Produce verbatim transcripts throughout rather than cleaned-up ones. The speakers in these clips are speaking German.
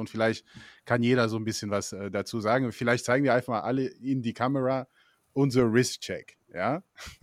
und vielleicht kann jeder so ein bisschen was äh, dazu sagen. Vielleicht zeigen wir einfach mal alle in die Kamera unser Wrist-Check, ja?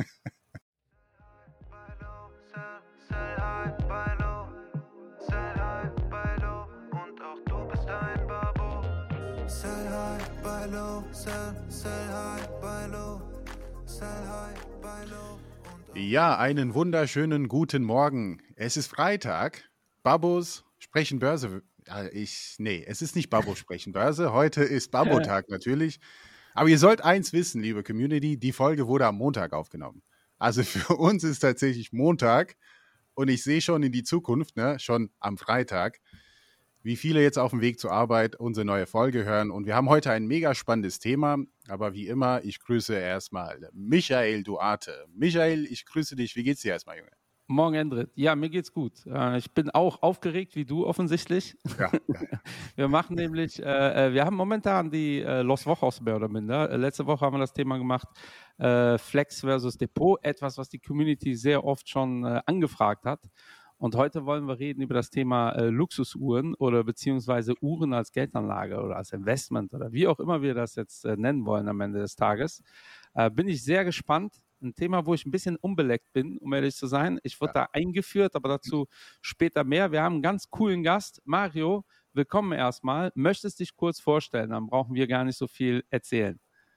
Ja, einen wunderschönen guten Morgen. Es ist Freitag. Babos sprechen Börse. Ja, ich, nee, es ist nicht Babos sprechen Börse. Heute ist Babotag natürlich. Aber ihr sollt eins wissen, liebe Community, die Folge wurde am Montag aufgenommen. Also für uns ist tatsächlich Montag und ich sehe schon in die Zukunft, ne, schon am Freitag, wie viele jetzt auf dem Weg zur Arbeit unsere neue Folge hören. Und wir haben heute ein mega spannendes Thema. Aber wie immer, ich grüße erstmal Michael Duarte. Michael, ich grüße dich. Wie geht's dir erstmal, Junge? Morgen, Endrit. Ja, mir geht's gut. Ich bin auch aufgeregt wie du offensichtlich. Ja, ja, ja. Wir machen nämlich, äh, wir haben momentan die äh, Los Wochos mehr oder minder. Letzte Woche haben wir das Thema gemacht, äh, Flex versus Depot. Etwas, was die Community sehr oft schon äh, angefragt hat. Und heute wollen wir reden über das Thema äh, Luxusuhren oder beziehungsweise Uhren als Geldanlage oder als Investment oder wie auch immer wir das jetzt äh, nennen wollen am Ende des Tages. Äh, bin ich sehr gespannt. Ein Thema, wo ich ein bisschen unbeleckt bin, um ehrlich zu sein. Ich wurde ja. da eingeführt, aber dazu später mehr. Wir haben einen ganz coolen Gast. Mario, willkommen erstmal. Möchtest dich kurz vorstellen? Dann brauchen wir gar nicht so viel erzählen.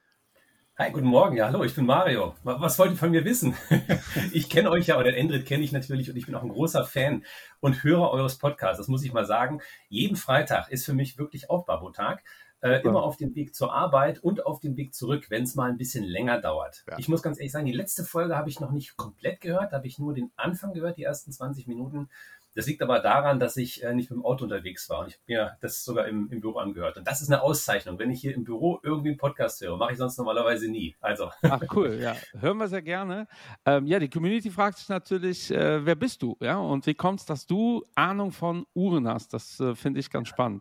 Hi, guten Morgen. Ja, hallo, ich bin Mario. Was wollt ihr von mir wissen? Ich kenne euch ja, oder Endrit kenne ich natürlich und ich bin auch ein großer Fan und Hörer eures Podcasts. Das muss ich mal sagen. Jeden Freitag ist für mich wirklich Aufbabotag. Äh, immer auf dem Weg zur Arbeit und auf dem Weg zurück, wenn es mal ein bisschen länger dauert. Ja. Ich muss ganz ehrlich sagen, die letzte Folge habe ich noch nicht komplett gehört, da habe ich nur den Anfang gehört, die ersten zwanzig Minuten. Das liegt aber daran, dass ich äh, nicht mit dem Auto unterwegs war und ich habe mir das sogar im, im Büro angehört. Und das ist eine Auszeichnung. Wenn ich hier im Büro irgendwie einen Podcast höre, mache ich sonst normalerweise nie. Also. Ach cool, ja, hören wir sehr gerne. Ähm, ja, die Community fragt sich natürlich, äh, wer bist du? Ja, und wie kommt es, dass du Ahnung von Uhren hast? Das äh, finde ich ganz spannend.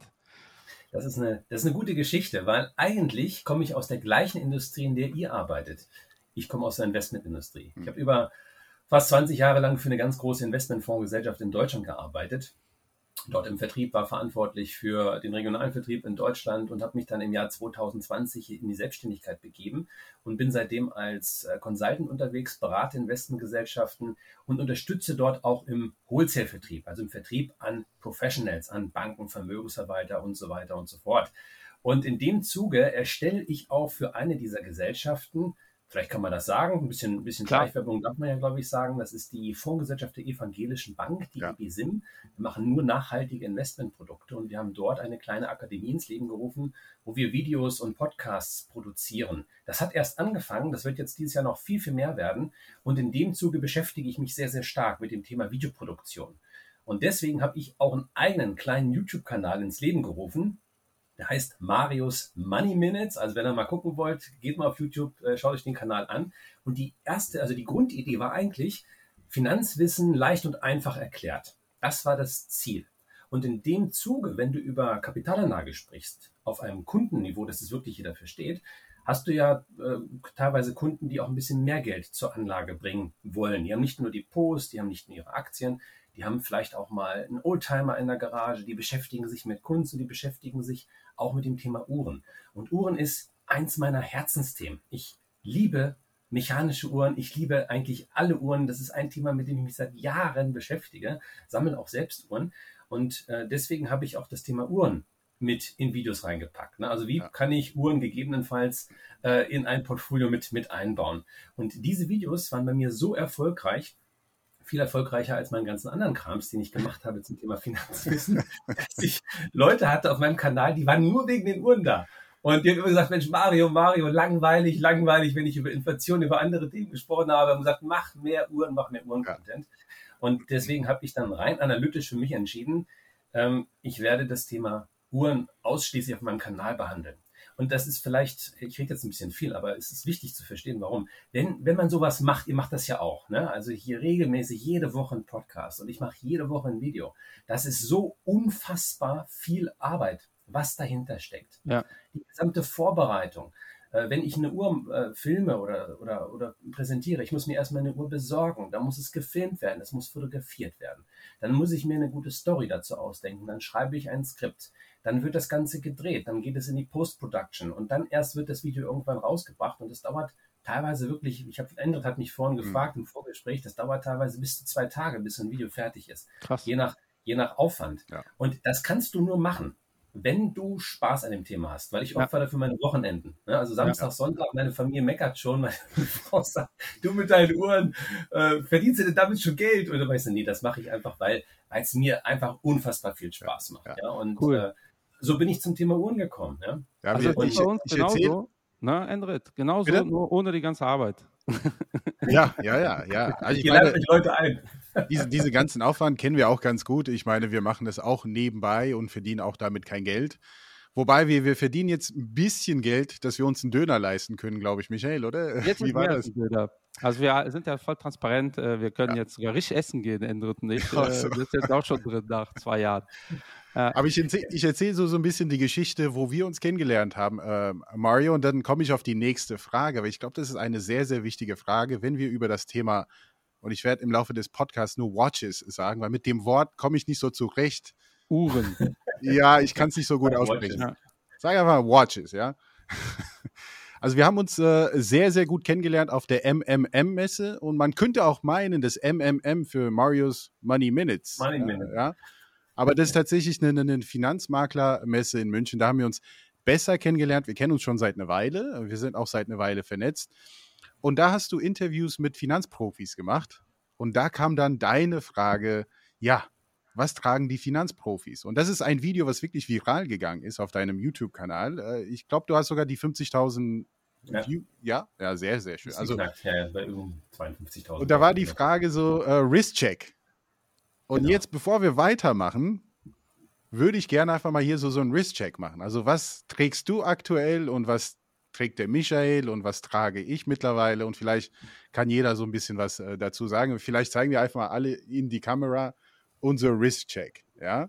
Das ist, eine, das ist eine gute Geschichte, weil eigentlich komme ich aus der gleichen Industrie, in der ihr arbeitet. Ich komme aus der Investmentindustrie. Ich habe über fast zwanzig Jahre lang für eine ganz große Investmentfondsgesellschaft in Deutschland gearbeitet. Dort im Vertrieb war verantwortlich für den regionalen Vertrieb in Deutschland und habe mich dann im Jahr zwanzig zwanzig in die Selbstständigkeit begeben und bin seitdem als Consultant unterwegs, berate Investmentgesellschaften und unterstütze dort auch im Wholesale-Vertrieb, also im Vertrieb an Professionals, an Banken, Vermögensverwalter und so weiter und so fort. Und in dem Zuge erstelle ich auch für eine dieser Gesellschaften, vielleicht kann man das sagen, ein bisschen, ein bisschen Schleichwerbung darf man ja, glaube ich, sagen. Das ist die Fondsgesellschaft der Evangelischen Bank, die ja. E B S I M. Wir machen nur nachhaltige Investmentprodukte und wir haben dort eine kleine Akademie ins Leben gerufen, wo wir Videos und Podcasts produzieren. Das hat erst angefangen, das wird jetzt dieses Jahr noch viel, viel mehr werden. Und in dem Zuge beschäftige ich mich sehr, sehr stark mit dem Thema Videoproduktion. Und deswegen habe ich auch einen eigenen kleinen YouTube-Kanal ins Leben gerufen. Der heißt Marios Money Minutes. Also wenn ihr mal gucken wollt, geht mal auf YouTube, äh, schaut euch den Kanal an. Und die erste, also die Grundidee war eigentlich Finanzwissen leicht und einfach erklärt. Das war das Ziel. Und in dem Zuge, wenn du über Kapitalanlage sprichst, auf einem Kundenniveau, das es wirklich jeder versteht, hast du ja äh, teilweise Kunden, die auch ein bisschen mehr Geld zur Anlage bringen wollen. Die haben nicht nur Depots, die haben nicht nur ihre Aktien, die haben vielleicht auch mal einen Oldtimer in der Garage, die beschäftigen sich mit Kunst und die beschäftigen sich auch mit dem Thema Uhren. Und Uhren ist eins meiner Herzensthemen. Ich liebe mechanische Uhren, ich liebe eigentlich alle Uhren. Das ist ein Thema, mit dem ich mich seit Jahren beschäftige, sammle auch selbst Uhren. Und äh, deswegen habe ich auch das Thema Uhren mit in Videos reingepackt. Ne? Also wie ja. kann ich Uhren gegebenenfalls äh, in ein Portfolio mit, mit einbauen? Und diese Videos waren bei mir so erfolgreich, viel erfolgreicher als meinen ganzen anderen Krams, den ich gemacht habe zum Thema Finanzwissen, dass ich Leute hatte auf meinem Kanal, die waren nur wegen den Uhren da. Und die haben immer gesagt, Mensch, Mario, Mario, langweilig, langweilig, wenn ich über Inflation, über andere Themen gesprochen habe, haben gesagt, mach mehr Uhren, mach mehr Uhren-Content. Und deswegen habe ich dann rein analytisch für mich entschieden, ähm, ich werde das Thema Uhren ausschließlich auf meinem Kanal behandeln. Und das ist vielleicht, ich rede jetzt ein bisschen viel, aber es ist wichtig zu verstehen, warum. Denn wenn man sowas macht, ihr macht das ja auch, ne? Also hier regelmäßig jede Woche ein Podcast und ich mache jede Woche ein Video. Das ist so unfassbar viel Arbeit, was dahinter steckt. Ja. Die gesamte Vorbereitung. Wenn ich eine Uhr äh, filme oder, oder, oder präsentiere, ich muss mir erstmal eine Uhr besorgen, dann muss es gefilmt werden, es muss fotografiert werden. Dann muss ich mir eine gute Story dazu ausdenken, dann schreibe ich ein Skript. dann wird das Ganze gedreht, dann geht es in die Post-Production und dann erst wird das Video irgendwann rausgebracht und das dauert teilweise wirklich, ich habe, Endrit hat mich vorhin gefragt im Vorgespräch, das dauert teilweise bis zu zwei Tage, bis ein Video fertig ist. Krass. Je nach, je nach Aufwand. Ja. Und das kannst du nur machen, wenn du Spaß an dem Thema hast, weil ich Ja. opfer dafür meine Wochenenden. Ne? Also Samstag, Ja. Sonntag, meine Familie meckert schon, meine Frau sagt, du mit deinen Uhren, äh, verdienst du denn damit schon Geld? Oder weißt du, nee, das mache ich einfach, weil es mir einfach unfassbar viel Spaß macht. Ja. Ja. Und Cool. äh, so bin ich zum Thema Uhren gekommen. Ja? Ja, Also wir, das ist ich, bei uns ich erzähle, genauso, ne, Endrit, genauso, Bitte? nur ohne die ganze Arbeit. ja, ja, ja, ja. Also ich Ihr ladet meine, mich Leute ein. diese, diese ganzen Aufwand kennen wir auch ganz gut. Ich meine, wir machen das auch nebenbei und verdienen auch damit kein Geld. Wobei wir, wir verdienen jetzt ein bisschen Geld, dass wir uns einen Döner leisten können, glaube ich, Michael, oder? Jetzt Wie ist war mehr das? als ein Bilder. Also wir sind ja voll transparent, äh, wir können Ja. jetzt sogar richtig essen gehen, Endrit und ich. Ach Äh, so. Das ist jetzt auch schon drin nach zwei Jahren. Aber ich erzähle ich erzähl so, so ein bisschen die Geschichte, wo wir uns kennengelernt haben, äh, Mario, und dann komme ich auf die nächste Frage. Aber ich glaube, das ist eine sehr, sehr wichtige Frage, wenn wir über das Thema, und ich werde im Laufe des Podcasts nur Watches sagen, weil mit dem Wort komme ich nicht so zurecht. Uhren. Ja, ich kann es nicht so gut Watches. aussprechen. Ja. Sag einfach mal Watches, ja. Also wir haben uns äh, sehr, sehr gut kennengelernt auf der M M M-Messe und man könnte auch meinen, das M M M für Marios Money Minutes. Money ja, Minute. Ja. Aber das ist tatsächlich eine, eine Finanzmaklermesse in München. Da haben wir uns besser kennengelernt. Wir kennen uns schon seit einer Weile. Wir sind auch seit einer Weile vernetzt. Und da hast du Interviews mit Finanzprofis gemacht. Und da kam dann deine Frage, ja, was tragen die Finanzprofis? Und das ist ein Video, was wirklich viral gegangen ist auf deinem YouTube-Kanal. Äh, Ich glaube, du hast sogar die fünfzigtausend Ja. View. Ja, ja, sehr, sehr schön. Also, Also, ja, ja, bei um zweiundfünfzigtausend. und da war die Frage so, äh, Wrist-Check. Und Genau. jetzt, bevor wir weitermachen, würde ich gerne einfach mal hier so, so einen Wrist-Check machen. Also was trägst du aktuell und was trägt der Michael und was trage ich mittlerweile? Und vielleicht kann jeder so ein bisschen was äh, dazu sagen. Vielleicht zeigen wir einfach mal alle in die Kamera unser Wrist-Check. Ja?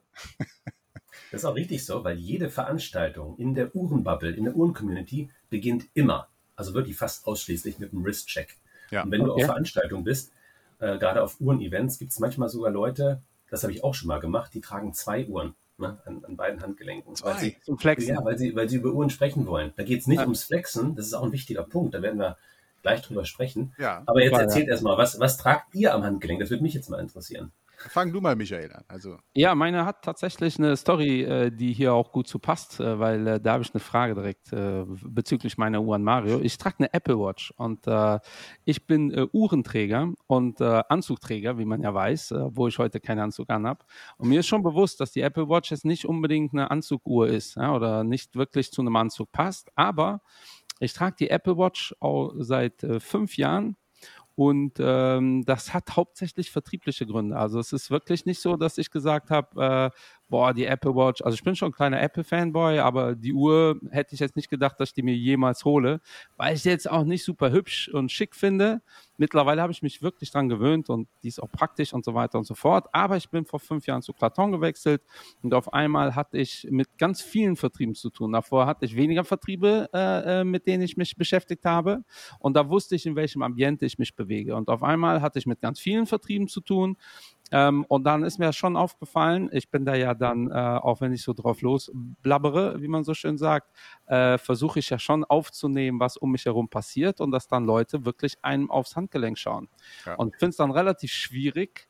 Das ist auch richtig so, weil jede Veranstaltung in der Uhrenbubble, in der Uhren-Community beginnt immer, also wirklich fast ausschließlich mit einem Wrist-Check. Ja. Und wenn du Okay. auf Veranstaltungen bist, äh, gerade auf Uhren-Events, gibt es manchmal sogar Leute, das habe ich auch schon mal gemacht, die tragen zwei Uhren ne, an, an beiden Handgelenken. Zwei? Weil sie, Zum Flexen. ja, weil sie, weil sie über Uhren sprechen wollen. Da geht es nicht Ja. ums Flexen, das ist auch ein wichtiger Punkt, da werden wir gleich drüber sprechen. Ja. Aber jetzt Klar, erzählt erstmal, was, was tragt ihr am Handgelenk? Das würde mich jetzt mal interessieren. Fang du mal, Michael, an. Also, Ja, meine hat tatsächlich eine Story, äh, die hier auch gut zu passt, äh, weil äh, da habe ich eine Frage direkt äh, bezüglich meiner Uhr an Mario. Ich trage eine Apple Watch und äh, ich bin äh, Uhrenträger und äh, Anzugträger, wie man ja weiß, äh, wo ich heute keinen Anzug anhab. Und mir ist schon bewusst, dass die Apple Watch jetzt nicht unbedingt eine Anzuguhr ist ja, oder nicht wirklich zu einem Anzug passt, aber ich trage die Apple Watch auch seit äh, fünf Jahren. Und ähm, das hat hauptsächlich vertriebliche Gründe. Also es ist wirklich nicht so, dass ich gesagt habe, äh, boah, die Apple Watch, also ich bin schon ein kleiner Apple-Fanboy, aber die Uhr hätte ich jetzt nicht gedacht, dass ich die mir jemals hole, weil ich die jetzt auch nicht super hübsch und schick finde. Mittlerweile habe ich mich wirklich dran gewöhnt und die ist auch praktisch und so weiter und so fort. Aber ich bin vor fünf Jahren zu Platon gewechselt und auf einmal hatte ich mit ganz vielen Vertrieben zu tun. Davor hatte ich weniger Vertriebe, äh, mit denen ich mich beschäftigt habe und da wusste ich, in welchem Ambiente ich mich bewege. Und auf einmal hatte ich mit ganz vielen Vertrieben zu tun. Ähm, und dann ist mir schon aufgefallen, ich bin da ja dann, äh, auch wenn ich so drauf losblabbere, wie man so schön sagt, äh, versuche ich ja schon aufzunehmen, was um mich herum passiert und dass dann Leute wirklich einem aufs Handgelenk schauen. Ja. Und ich finde es dann relativ schwierig,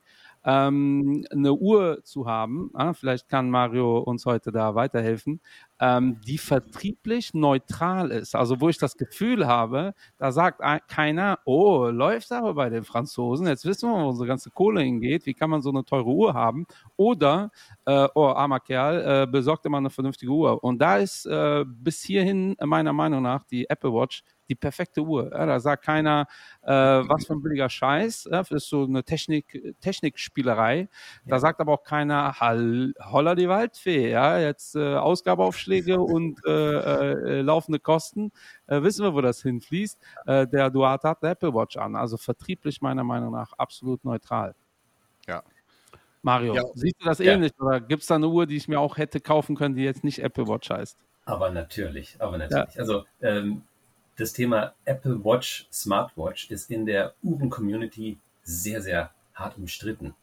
ähm, eine Uhr zu haben, ah, vielleicht kann Mario uns heute da weiterhelfen, ähm, die vertrieblich neutral ist. Also wo ich das Gefühl habe, da sagt ein- keiner, oh, läuft aber bei den Franzosen, jetzt wissen wir, wo unsere ganze Kohle hingeht, wie kann man so eine teure Uhr haben? Oder, äh, oh, armer Kerl, äh, besorgt immer eine vernünftige Uhr. Und da ist äh, bis hierhin meiner Meinung nach die Apple Watch die perfekte Uhr. Ja, da sagt keiner, äh, was für ein billiger Scheiß. Ja, das ist so eine Technik, Technikspielerei. Da Ja. sagt aber auch keiner, Hall, holla die Waldfee. Ja, jetzt äh, Ausgabeaufschläge und äh, äh, laufende Kosten. Äh, wissen wir, wo das hinfließt. Äh, der Duat hat eine Apple Watch an. Also vertrieblich meiner Meinung nach absolut neutral. ja. Mario, Ja. siehst du das Ja. ähnlich? Oder gibt es da eine Uhr, die ich mir auch hätte kaufen können, die jetzt nicht Apple Watch heißt? Aber natürlich, aber natürlich. Also ähm, das Thema Apple Watch, Smartwatch ist in der Uhren-Community sehr, sehr hart umstritten.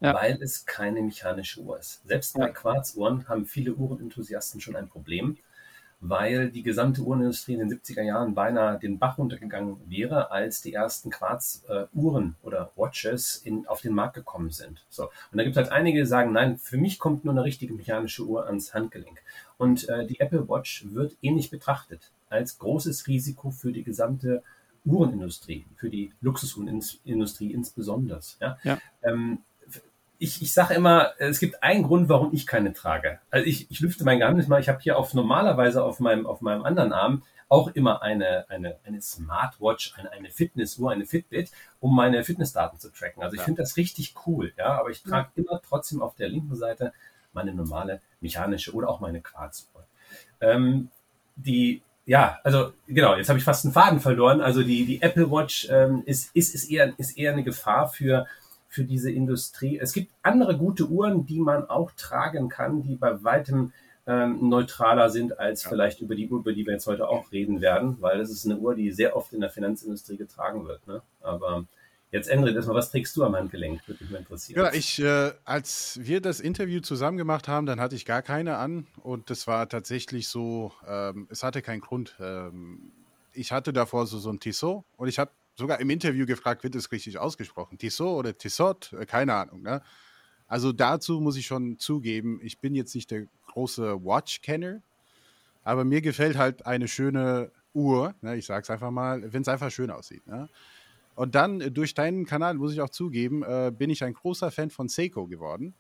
ja. weil es keine mechanische Uhr ist. Selbst bei ja. Quarzuhren haben viele Uhrenenthusiasten schon ein Problem, weil die gesamte Uhrenindustrie in den siebziger Jahren beinahe den Bach runtergegangen wäre, als die ersten Quarzuhren äh, oder Watches in, auf den Markt gekommen sind. So. Und da gibt es halt einige, die sagen, nein, für mich kommt nur eine richtige mechanische Uhr ans Handgelenk. Und äh, die Apple Watch wird ähnlich betrachtet, als großes Risiko für die gesamte Uhrenindustrie, für die Luxusuhrenindustrie insbesondere. Ja? Ja. Ähm, Ich, ich sage immer, es gibt einen Grund, warum ich keine trage. Also ich, ich lüfte mein Geheimnis mal. Ich habe hier auf normalerweise auf meinem, auf meinem anderen Arm auch immer eine, eine, eine Smartwatch, eine, eine Fitnessuhr, eine Fitbit, um meine Fitnessdaten zu tracken. Also ich Ja. finde das richtig cool, ja. Aber ich trage immer trotzdem auf der linken Seite meine normale mechanische oder auch meine Quarzuhr. Ähm, die Ja, also genau, jetzt habe ich fast einen Faden verloren. Also die, die Apple Watch ähm, ist, ist, ist, eher, ist eher eine Gefahr für für diese Industrie. Es gibt andere gute Uhren, die man auch tragen kann, die bei weitem ähm, neutraler sind als ja. vielleicht über die Uhr, über die wir jetzt heute auch reden werden, weil das ist eine Uhr, die sehr oft in der Finanzindustrie getragen wird. Ne? Aber jetzt, Endrit, erstmal, was trägst du am Handgelenk? Würde mich mal interessieren. Ja, ich, äh, als wir das Interview zusammen gemacht haben, dann hatte ich gar keine an und das war tatsächlich so, ähm, es hatte keinen Grund. Ähm, ich hatte davor so, so ein Tissot und ich habe sogar im Interview gefragt, wird es richtig ausgesprochen? Tissot oder Tissot? Keine Ahnung. Ne? Also dazu muss ich schon zugeben, ich bin jetzt nicht der große Watch-Kenner, aber mir gefällt halt eine schöne Uhr, ne? Ich sage es einfach mal, wenn es einfach schön aussieht. Ne? Und dann äh, durch deinen Kanal, muss ich auch zugeben, äh, bin ich ein großer Fan von Seiko geworden.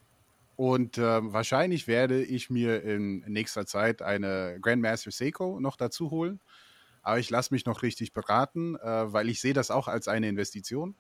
Und äh, wahrscheinlich werde ich mir in nächster Zeit eine Grandmaster Seiko noch dazu holen. Aber ich lasse mich noch richtig beraten, äh, weil ich sehe das auch als eine Investition.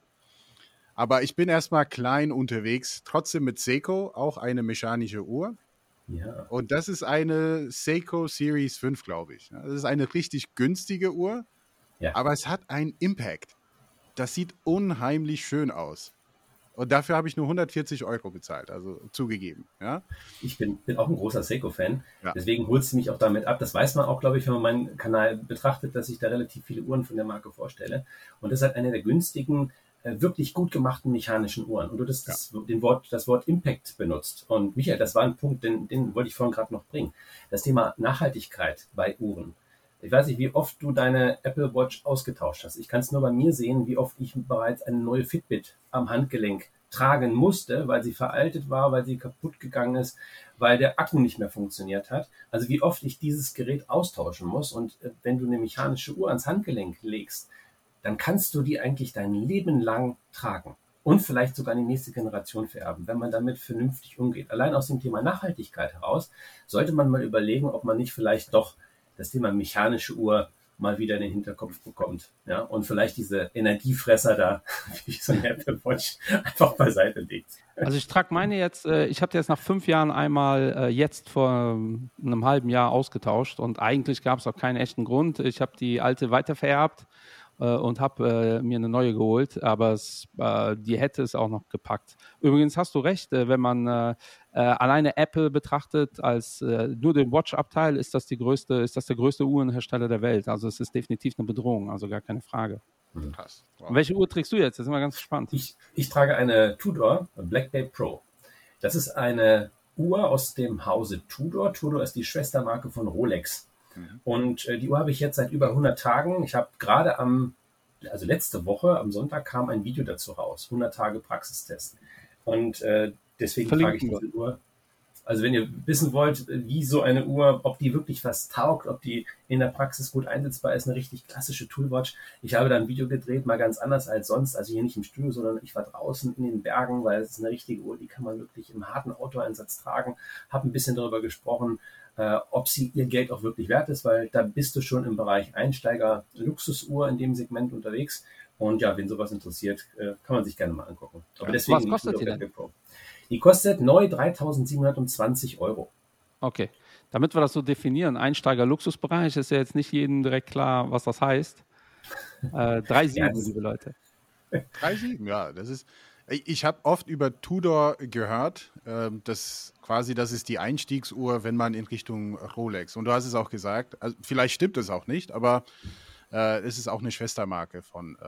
Aber ich bin erstmal klein unterwegs, trotzdem mit Seiko, auch eine mechanische Uhr. Ja. Und das ist eine Seiko Series fünf, glaube ich. Das ist eine richtig günstige Uhr, ja. aber es hat einen Impact. Das sieht unheimlich schön aus. Und dafür habe ich nur hundertvierzig Euro bezahlt, also zugegeben. Ja? Ich bin, bin auch ein großer Seiko-Fan, ja. deswegen holst du mich auch damit ab. Das weiß man auch, glaube ich, wenn man meinen Kanal betrachtet, dass ich da relativ viele Uhren von der Marke vorstelle. Und das ist halt eine der günstigen, äh, wirklich gut gemachten mechanischen Uhren. Und du hast ja. das, den Wort, das Wort Impact benutzt. Und Michael, das war ein Punkt, den, den wollte ich vorhin gerade noch bringen. Das Thema Nachhaltigkeit bei Uhren. Ich weiß nicht, wie oft du deine Apple Watch ausgetauscht hast. Ich kann es nur bei mir sehen, wie oft ich bereits eine neue Fitbit am Handgelenk tragen musste, weil sie veraltet war, weil sie kaputt gegangen ist, weil der Akku nicht mehr funktioniert hat. Also wie oft ich dieses Gerät austauschen muss. Und wenn du eine mechanische Uhr ans Handgelenk legst, dann kannst du die eigentlich dein Leben lang tragen und vielleicht sogar an die nächste Generation vererben, wenn man damit vernünftig umgeht. Allein aus dem Thema Nachhaltigkeit heraus sollte man mal überlegen, ob man nicht vielleicht doch das Thema mechanische Uhr mal wieder in den Hinterkopf bekommt. Ja? Und vielleicht diese Energiefresser da, wie so ein Apple Watch, einfach beiseite legt. Also ich trage meine jetzt, äh, ich habe die jetzt nach fünf Jahren einmal äh, jetzt vor ähm, einem halben Jahr ausgetauscht und eigentlich gab es auch keinen echten Grund. Ich habe die alte weitervererbt äh, und habe äh, mir eine neue geholt, aber es, äh, die hätte es auch noch gepackt. Übrigens hast du recht, äh, wenn man äh, äh, alleine Apple betrachtet als äh, nur den Watch-Abteil, ist das die größte, ist das der größte Uhrenhersteller der Welt. Also es ist definitiv eine Bedrohung, also gar keine Frage. Mhm. Krass. Wow. Und welche Uhr trägst du jetzt? Das sind wir ganz gespannt. Ich, ich trage eine Tudor Black Bay Pro. Das ist eine Uhr aus dem Hause Tudor. Tudor ist die Schwestermarke von Rolex. Mhm. Und äh, die Uhr habe ich jetzt seit über hundert Tagen. Ich habe gerade am, also letzte Woche, am Sonntag kam ein Video dazu raus. hundert Tage Praxistest. Und äh, deswegen Verlinken. trage ich diese Uhr. Also wenn ihr wissen wollt, wie so eine Uhr, ob die wirklich was taugt, ob die in der Praxis gut einsetzbar ist, eine richtig klassische Toolwatch. Ich habe da ein Video gedreht, mal ganz anders als sonst. Also hier nicht im Studio, sondern ich war draußen in den Bergen, weil es ist eine richtige Uhr, die kann man wirklich im harten Outdoor-Einsatz tragen. Habe ein bisschen darüber gesprochen, äh, ob sie ihr Geld auch wirklich wert ist, weil da bist du schon im Bereich Einsteiger-Luxusuhr in dem Segment unterwegs. Und ja, wen sowas interessiert, äh, kann man sich gerne mal angucken. Aber ja. deswegen Was kostet die denn? Pro. Die kostet neu dreitausendsiebenhundertzwanzig Euro. Okay, damit wir das so definieren, Einsteiger-Luxusbereich ist ja jetzt nicht jedem direkt klar, was das heißt. Äh, drei Komma sieben, ja, liebe Leute. drei Komma sieben, ja, das ist. Ich, ich habe oft über Tudor gehört, äh, dass quasi das ist die Einstiegsuhr, wenn man in Richtung Rolex. Und du hast es auch gesagt, also vielleicht stimmt es auch nicht, aber äh, es ist auch eine Schwestermarke von, äh,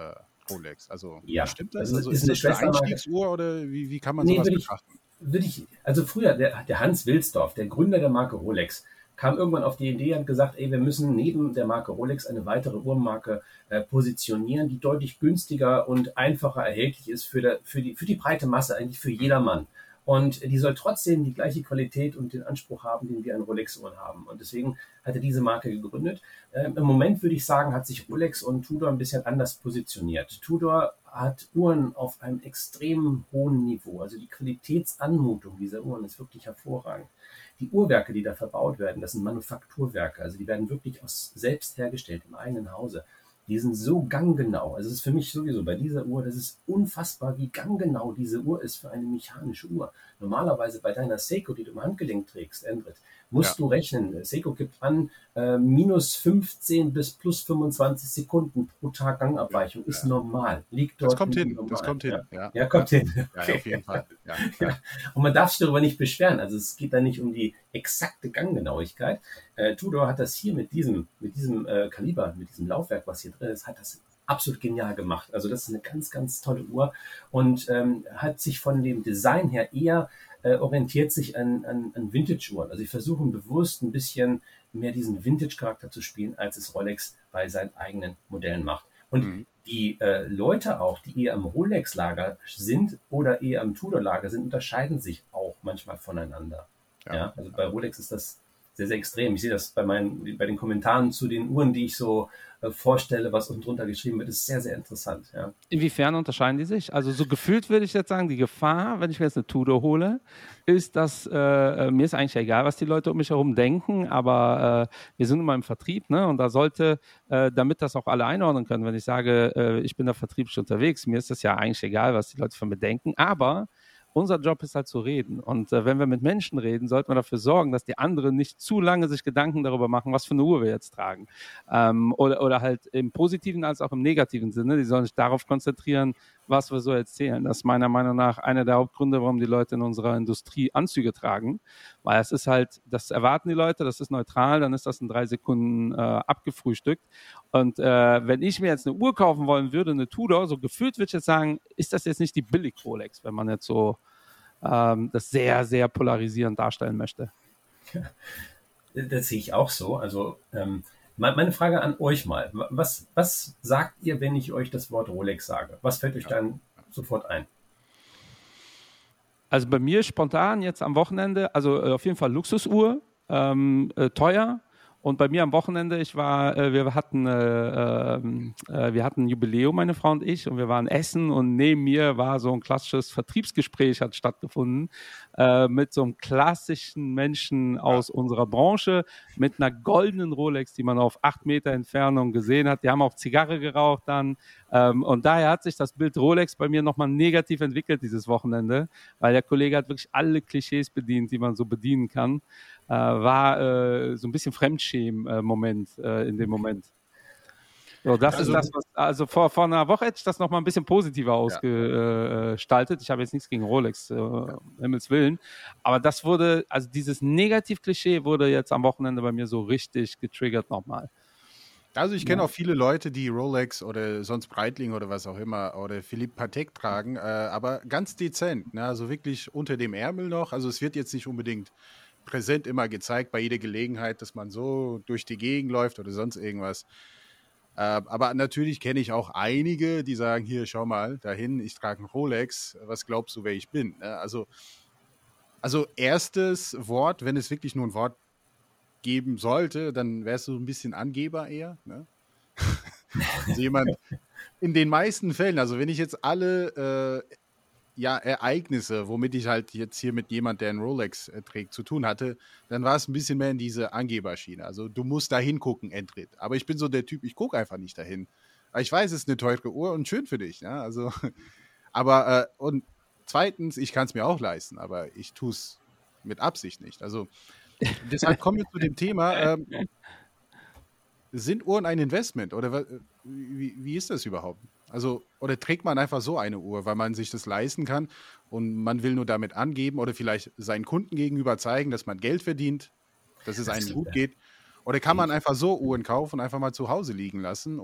Rolex. Also Ja, stimmt das? das Also ist ist eine das eine Schwestermarke. Einstiegsuhr oder wie, wie kann man Nee, sowas würde ich, betrachten? würde ich, also früher, der, der Hans Wilsdorf, der Gründer der Marke Rolex, kam irgendwann auf die Idee und hat gesagt, ey, wir müssen neben der Marke Rolex eine weitere Uhrenmarke äh, positionieren, die deutlich günstiger und einfacher erhältlich ist für, der, für, die, für die breite Masse, eigentlich für jedermann. Und die soll trotzdem die gleiche Qualität und den Anspruch haben, den wir an Rolex-Uhren haben. Und deswegen hat er diese Marke gegründet. Ähm, Im Moment würde ich sagen, hat sich Rolex und Tudor ein bisschen anders positioniert. Tudor hat Uhren auf einem extrem hohen Niveau. Also die Qualitätsanmutung dieser Uhren ist wirklich hervorragend. Die Uhrwerke, die da verbaut werden, das sind Manufakturwerke. Also die werden wirklich aus selbst hergestellt im eigenen Hause. Die sind so ganggenau. Also es ist für mich sowieso bei dieser Uhr, das ist unfassbar, wie ganggenau diese Uhr ist für eine mechanische Uhr. Normalerweise bei deiner Seiko, die du im Handgelenk trägst, Endrit, musst Ja. du rechnen. Seiko gibt an, äh, minus fünfzehn bis plus fünfundzwanzig Sekunden pro Tag Gangabweichung ist Ja. normal. Liegt Das dort kommt hin, normal. das kommt hin. Ja, Ja, ja kommt hin. ja, Okay. auf jeden Fall. Ja, Ja. ja. Und man darf sich darüber nicht beschweren. Also es geht da nicht um die exakte Ganggenauigkeit. Äh, Tudor hat das hier mit diesem, mit diesem äh, Kaliber, mit diesem Laufwerk, was hier drin ist, hat das absolut genial gemacht. Also das ist eine ganz, ganz tolle Uhr und ähm, hat sich von dem Design her eher äh, orientiert sich an, an, an Vintage-Uhren. Also ich versuche bewusst ein bisschen mehr diesen Vintage-Charakter zu spielen, als es Rolex bei seinen eigenen Modellen macht. Und Mhm. die äh, Leute auch, die eher im Rolex-Lager sind oder eher im Tudor-Lager sind, unterscheiden sich auch manchmal voneinander. Ja. Ja, also bei Rolex ist das sehr, sehr extrem. Ich sehe das bei meinen, bei den Kommentaren zu den Uhren, die ich so äh, vorstelle, was unten drunter geschrieben wird, ist sehr, sehr interessant. Ja. Inwiefern unterscheiden die sich? Also so gefühlt würde ich jetzt sagen, die Gefahr, wenn ich mir jetzt eine Tudor hole, ist, dass äh, mir ist eigentlich egal, was die Leute um mich herum denken, aber äh, wir sind immer im Vertrieb, ne? Und da sollte, äh, damit das auch alle einordnen können, wenn ich sage, äh, ich bin da vertrieblich unterwegs, mir ist das ja eigentlich egal, was die Leute von mir denken, aber unser Job ist halt zu reden. Und äh, wenn wir mit Menschen reden, sollten wir dafür sorgen, dass die anderen nicht zu lange sich Gedanken darüber machen, was für eine Uhr wir jetzt tragen. Ähm, oder, oder halt im positiven als auch im negativen Sinne. Die sollen sich darauf konzentrieren, was wir so erzählen. Das ist meiner Meinung nach einer der Hauptgründe, warum die Leute in unserer Industrie Anzüge tragen. Weil es ist halt, das erwarten die Leute, das ist neutral, dann ist das in drei Sekunden äh, abgefrühstückt. Und äh, wenn ich mir jetzt eine Uhr kaufen wollen würde, eine Tudor, so gefühlt würde ich jetzt sagen, ist das jetzt nicht die Billig-Rolex, wenn man jetzt so ähm, das sehr, sehr polarisierend darstellen möchte. Das sehe ich auch so. Also ähm, meine Frage an euch mal. Was, was sagt ihr, wenn ich euch das Wort Rolex sage? Was fällt euch dann sofort ein? Also bei mir spontan jetzt am Wochenende, also äh, auf jeden Fall Luxusuhr, ähm, äh, teuer. Und bei mir am Wochenende, ich war, äh, wir hatten, äh, äh, wir hatten ein Jubiläum, meine Frau und ich, und wir waren essen und neben mir war so ein klassisches Vertriebsgespräch hat stattgefunden äh, mit so einem klassischen Menschen aus unserer Branche mit einer goldenen Rolex, die man auf acht Meter Entfernung gesehen hat. Die haben auch Zigarre geraucht dann ähm, und daher hat sich das Bild Rolex bei mir nochmal negativ entwickelt dieses Wochenende, weil der Kollege hat wirklich alle Klischees bedient, die man so bedienen kann. Äh, war äh, so ein bisschen Fremdschämen-Moment äh, in dem Moment. So, das Also- ist das, was, also vor, vor einer Woche hätte ich das nochmal ein bisschen positiver ausgestaltet. Ich habe jetzt nichts gegen Rolex, äh, um Himmels Willen. Aber das wurde, also dieses Negativ-Klischee wurde jetzt am Wochenende bei mir so richtig getriggert nochmal. Also ich kenne auch viele Leute, die Rolex oder sonst Breitling oder was auch immer oder Philippe Patek tragen, äh, aber ganz dezent, ne? Also wirklich unter dem Ärmel noch. Also es wird jetzt nicht unbedingt präsent immer gezeigt bei jeder Gelegenheit, dass man so durch die Gegend läuft oder sonst irgendwas. Äh, aber natürlich kenne ich auch einige, die sagen, hier, schau mal, dahin, ich trage einen Rolex, was glaubst du, wer ich bin? Ne? Also, also erstes Wort, wenn es wirklich nur ein Wort geben sollte, dann wärst du ein bisschen Angeber eher. Ne? Also jemand, in den meisten Fällen, also wenn ich jetzt alle äh, ja, Ereignisse, womit ich halt jetzt hier mit jemand, der einen Rolex äh, trägt, zu tun hatte, dann war es ein bisschen mehr in diese Angeberschiene. Also du musst da hingucken, Endrit. Aber ich bin so der Typ, ich gucke einfach nicht dahin. Aber ich weiß, es ist eine teure Uhr und schön für dich. Ja? Also, aber, äh, und zweitens, ich kann es mir auch leisten, aber ich tue es mit Absicht nicht. Also deshalb kommen wir zu dem Thema, ähm, sind Uhren ein Investment oder wa- wie, wie ist das überhaupt? Also, oder trägt man einfach so eine Uhr, weil man sich das leisten kann und man will nur damit angeben oder vielleicht seinen Kunden gegenüber zeigen, dass man Geld verdient, dass es einem gut geht? Oder kann man einfach so Uhren kaufen und einfach mal zu Hause liegen lassen und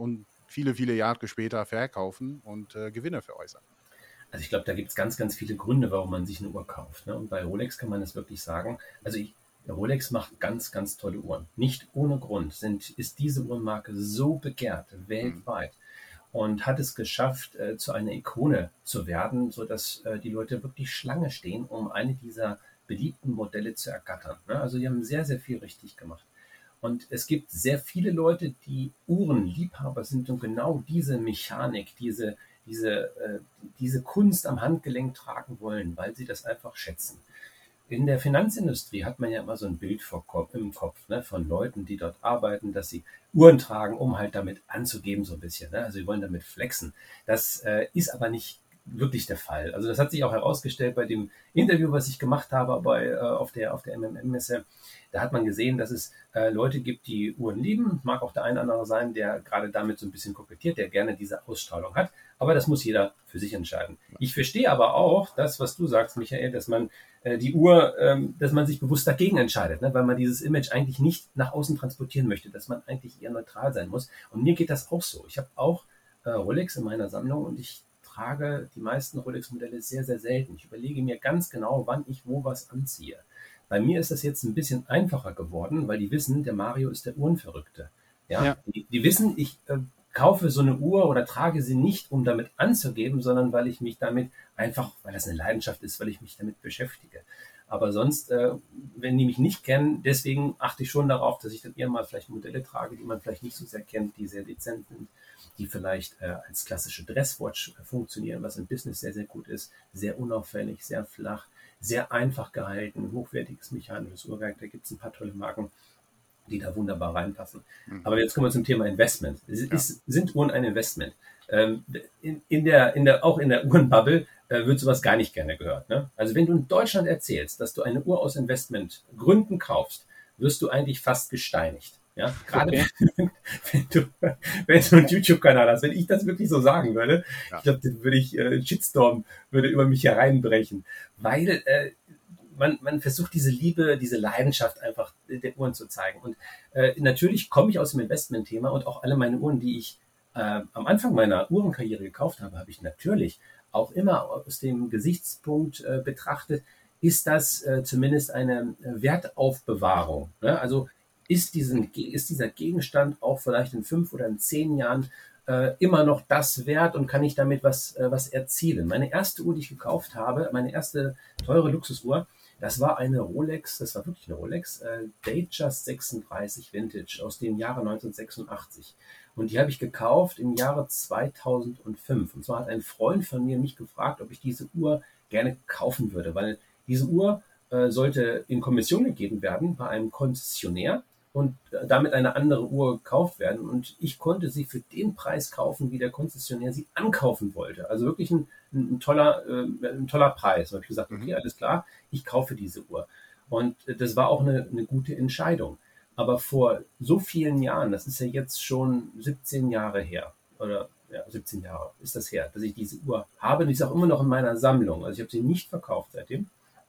viele, viele Jahre später verkaufen und äh, Gewinne veräußern. Also ich glaube, da gibt es ganz, ganz viele Gründe, warum man sich eine Uhr kauft. Ne? Und bei Rolex kann man das wirklich sagen. Also ich, Rolex macht ganz, ganz tolle Uhren. Nicht ohne Grund sind, ist diese Uhrenmarke so begehrt weltweit mhm. und hat es geschafft, äh, zu einer Ikone zu werden, sodass äh, die Leute wirklich Schlange stehen, um eine dieser beliebten Modelle zu ergattern. Ne? Also die haben sehr, sehr viel richtig gemacht. Und es gibt sehr viele Leute, die Uhrenliebhaber sind und genau diese Mechanik, diese Diese, äh, diese Kunst am Handgelenk tragen wollen, weil sie das einfach schätzen. In der Finanzindustrie hat man ja immer so ein Bild vor Kopf, im Kopf ne, von Leuten, die dort arbeiten, dass sie Uhren tragen, um halt damit anzugeben so ein bisschen. Ne? Also sie wollen damit flexen. Das äh, ist aber nicht wirklich der Fall. Also das hat sich auch herausgestellt bei dem Interview, was ich gemacht habe bei, äh, auf der, auf der M M M-Messe. Da hat man gesehen, dass es äh, Leute gibt, die Uhren lieben. Mag auch der eine oder andere sein, der gerade damit so ein bisschen kokettiert, der gerne diese Ausstrahlung hat. Aber das muss jeder für sich entscheiden. Ich verstehe aber auch das, was du sagst, Michael, dass man äh, die Uhr, ähm, dass man sich bewusst dagegen entscheidet, ne? Weil man dieses Image eigentlich nicht nach außen transportieren möchte, dass man eigentlich eher neutral sein muss. Und mir geht das auch so. Ich habe auch äh, Rolex in meiner Sammlung und ich trage die meisten Rolex-Modelle sehr, sehr selten. Ich überlege mir ganz genau, wann ich wo was anziehe. Bei mir ist das jetzt ein bisschen einfacher geworden, weil die wissen, der Mario ist der Uhrenverrückte. Ja, ja. Die, die wissen, ich äh, kaufe so eine Uhr oder trage sie nicht, um damit anzugeben, sondern weil ich mich damit einfach, weil das eine Leidenschaft ist, weil ich mich damit beschäftige. Aber sonst, äh, wenn die mich nicht kennen, deswegen achte ich schon darauf, dass ich dann eher mal vielleicht Modelle trage, die man vielleicht nicht so sehr kennt, die sehr dezent sind, die vielleicht äh, als klassische Dresswatch äh, funktionieren, was im Business sehr, sehr gut ist, sehr unauffällig, sehr flach, sehr einfach gehalten, hochwertiges mechanisches Uhrwerk. Da gibt es ein paar tolle Marken, die da wunderbar reinpassen. Mhm. Aber jetzt kommen wir zum Thema Investment. Es ja. ist, sind Uhren ein Investment? Ähm, in, in der, in der, auch in der Uhrenbubble äh, wird sowas gar nicht gerne gehört. Ne? Also wenn du in Deutschland erzählst, dass du eine Uhr aus Investmentgründen kaufst, wirst du eigentlich fast gesteinigt. Ja, gerade okay. wenn, wenn, du, wenn du einen YouTube-Kanal hast, wenn ich das wirklich so sagen würde, ja. ich glaube, dann würde ich, äh, Shitstorm würde über mich hereinbrechen, weil äh, man, man versucht diese Liebe, diese Leidenschaft einfach der Uhren zu zeigen. Und äh, natürlich komme ich aus dem Investment-Thema und auch alle meine Uhren, die ich äh, am Anfang meiner Uhrenkarriere gekauft habe, habe ich natürlich auch immer aus dem Gesichtspunkt äh, betrachtet, ist das äh, zumindest eine Wertaufbewahrung. Ne? Also ist, diesen, ist dieser Gegenstand auch vielleicht in fünf oder in zehn Jahren äh, immer noch das wert und kann ich damit was, äh, was erzielen? Meine erste Uhr, die ich gekauft habe, meine erste teure Luxusuhr, das war eine Rolex, das war wirklich eine Rolex, äh, Datejust sechsunddreißig Vintage aus dem Jahre neunzehnhundertsechsundachtzig. Und die habe ich gekauft im Jahre zweitausendfünf. Und zwar hat ein Freund von mir mich gefragt, ob ich diese Uhr gerne kaufen würde, weil diese Uhr äh, sollte in Kommission gegeben werden bei einem Konzessionär und damit eine andere Uhr gekauft werden. Und ich konnte sie für den Preis kaufen, wie der Konzessionär sie ankaufen wollte. Also wirklich ein, ein, toller, äh, ein toller Preis. Da habe ich gesagt, okay, alles klar, ich kaufe diese Uhr. Und das war auch eine, eine gute Entscheidung. Aber vor so vielen Jahren, das ist ja jetzt schon siebzehn Jahre her, oder ja, siebzehn Jahre ist das her, dass ich diese Uhr habe. Und die ist auch immer noch in meiner Sammlung. Also ich habe sie nicht verkauft seitdem.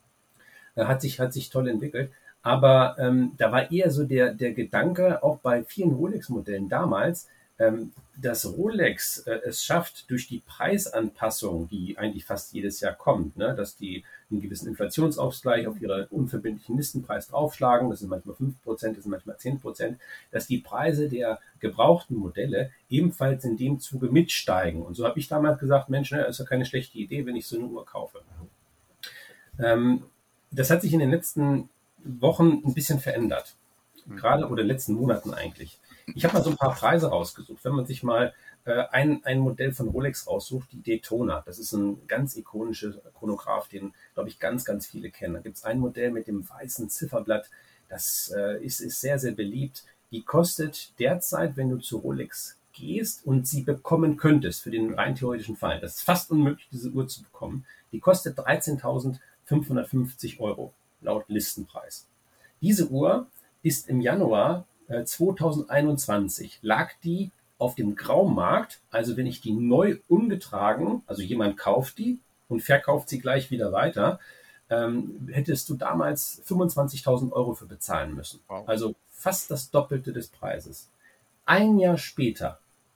Hat sich, hat sich toll entwickelt. Aber ähm, da war eher so der, der Gedanke, auch bei vielen Rolex-Modellen damals, ähm, dass Rolex äh, es schafft, durch die Preisanpassung, die eigentlich fast jedes Jahr kommt, ne, dass die einen gewissen Inflationsausgleich auf ihre unverbindlichen Listenpreis draufschlagen, das sind manchmal fünf Prozent, das sind manchmal zehn Prozent, dass die Preise der gebrauchten Modelle ebenfalls in dem Zuge mitsteigen. Und so habe ich damals gesagt, Mensch, ne, ist ja keine schlechte Idee, wenn ich so eine Uhr kaufe. Ähm, das hat sich in den letzten Wochen ein bisschen verändert. Gerade oder in den letzten Monaten eigentlich. Ich habe mal so ein paar Preise rausgesucht. Wenn man sich mal äh, ein, ein Modell von Rolex raussucht, die Daytona. Das ist ein ganz ikonischer Chronograph, den, glaube ich, ganz, ganz viele kennen. Da gibt es ein Modell mit dem weißen Zifferblatt. Das äh, ist, ist sehr, sehr beliebt. Die kostet derzeit, wenn du zu Rolex gehst und sie bekommen könntest, für den rein theoretischen Fall, das ist fast unmöglich, diese Uhr zu bekommen, die kostet dreizehntausendfünfhundertfünfzig Euro. Laut Listenpreis. Diese Uhr ist im Januar äh, zweitausendeinundzwanzig, lag die auf dem Graumarkt, also wenn ich die neu ungetragen, also jemand kauft die und verkauft sie gleich wieder weiter, ähm, hättest du damals fünfundzwanzigtausend Euro für bezahlen müssen. Wow. Also fast das Doppelte des Preises. Ein Jahr später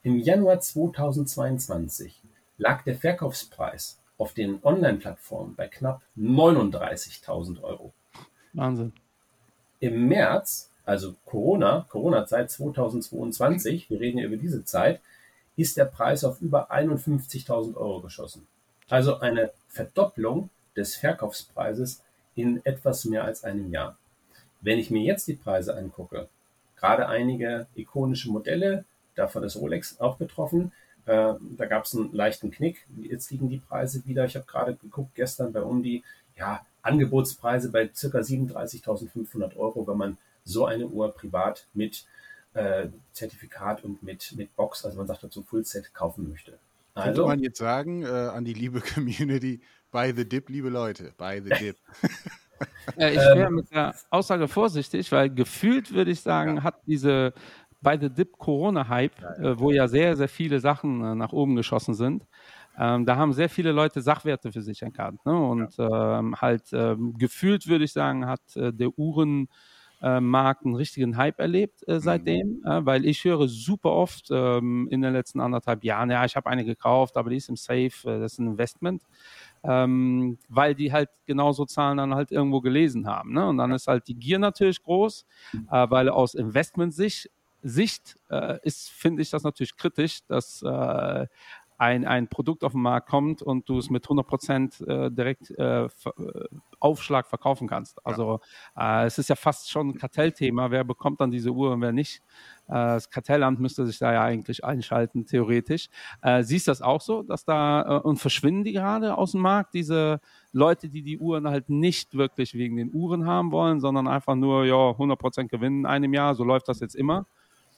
Im Januar zweitausendzweiundzwanzig lag der Verkaufspreis auf den Online-Plattformen bei knapp neununddreißigtausend Euro. Wahnsinn. Im März, also Corona, Corona-Zeit zweitausendzweiundzwanzig, wir reden ja über diese Zeit, ist der Preis auf über einundfünfzigtausend Euro geschossen. Also eine Verdopplung des Verkaufspreises in etwas mehr als einem Jahr. Wenn ich mir jetzt die Preise angucke, gerade einige ikonische Modelle, davon ist Rolex auch betroffen, äh, da gab es einen leichten Knick. Jetzt liegen die Preise wieder, ich habe gerade geguckt, gestern bei um die ja, Angebotspreise bei ca. siebenunddreißigtausendfünfhundert Euro, wenn man so eine Uhr privat mit äh, Zertifikat und mit, mit Box, also man sagt dazu Fullset, kaufen möchte. Also, könnte man jetzt sagen, äh, an die liebe Community, buy the dip, liebe Leute, buy the dip. Ja, ich wäre mit der Aussage vorsichtig, weil gefühlt, würde ich sagen, ja. hat diese bei The Dip Corona-Hype, ja, ja. Äh, wo ja sehr, sehr viele Sachen äh, nach oben geschossen sind, ähm, da haben sehr viele Leute Sachwerte für sich erkannt. Ne? Und ja. ähm, halt ähm, gefühlt, würde ich sagen, hat äh, der Uhrenmarkt äh, einen richtigen Hype erlebt äh, seitdem, mhm. äh, weil ich höre super oft ähm, in den letzten anderthalb Jahren, ja, ich habe eine gekauft, aber die ist im Safe, äh, das ist ein Investment. Ähm, weil die halt genauso Zahlen dann halt irgendwo gelesen haben. Ne? Und dann ist halt die Gier natürlich groß, äh, weil aus Investmentsicht Sicht, äh, ist, finde ich das natürlich kritisch, dass äh, ein, ein Produkt auf den Markt kommt und du es mit hundert Prozent äh, direkt äh, Aufschlag verkaufen kannst. Also äh, es ist ja fast schon ein Kartellthema, wer bekommt dann diese Uhr und wer nicht. Äh, das Kartellamt müsste sich da ja eigentlich einschalten, theoretisch. Äh, siehst du das auch so, dass da, äh, und verschwinden die gerade aus dem Markt, diese Leute, die die Uhren halt nicht wirklich wegen den Uhren haben wollen, sondern einfach nur, ja, hundert Prozent gewinnen in einem Jahr, so läuft das jetzt immer?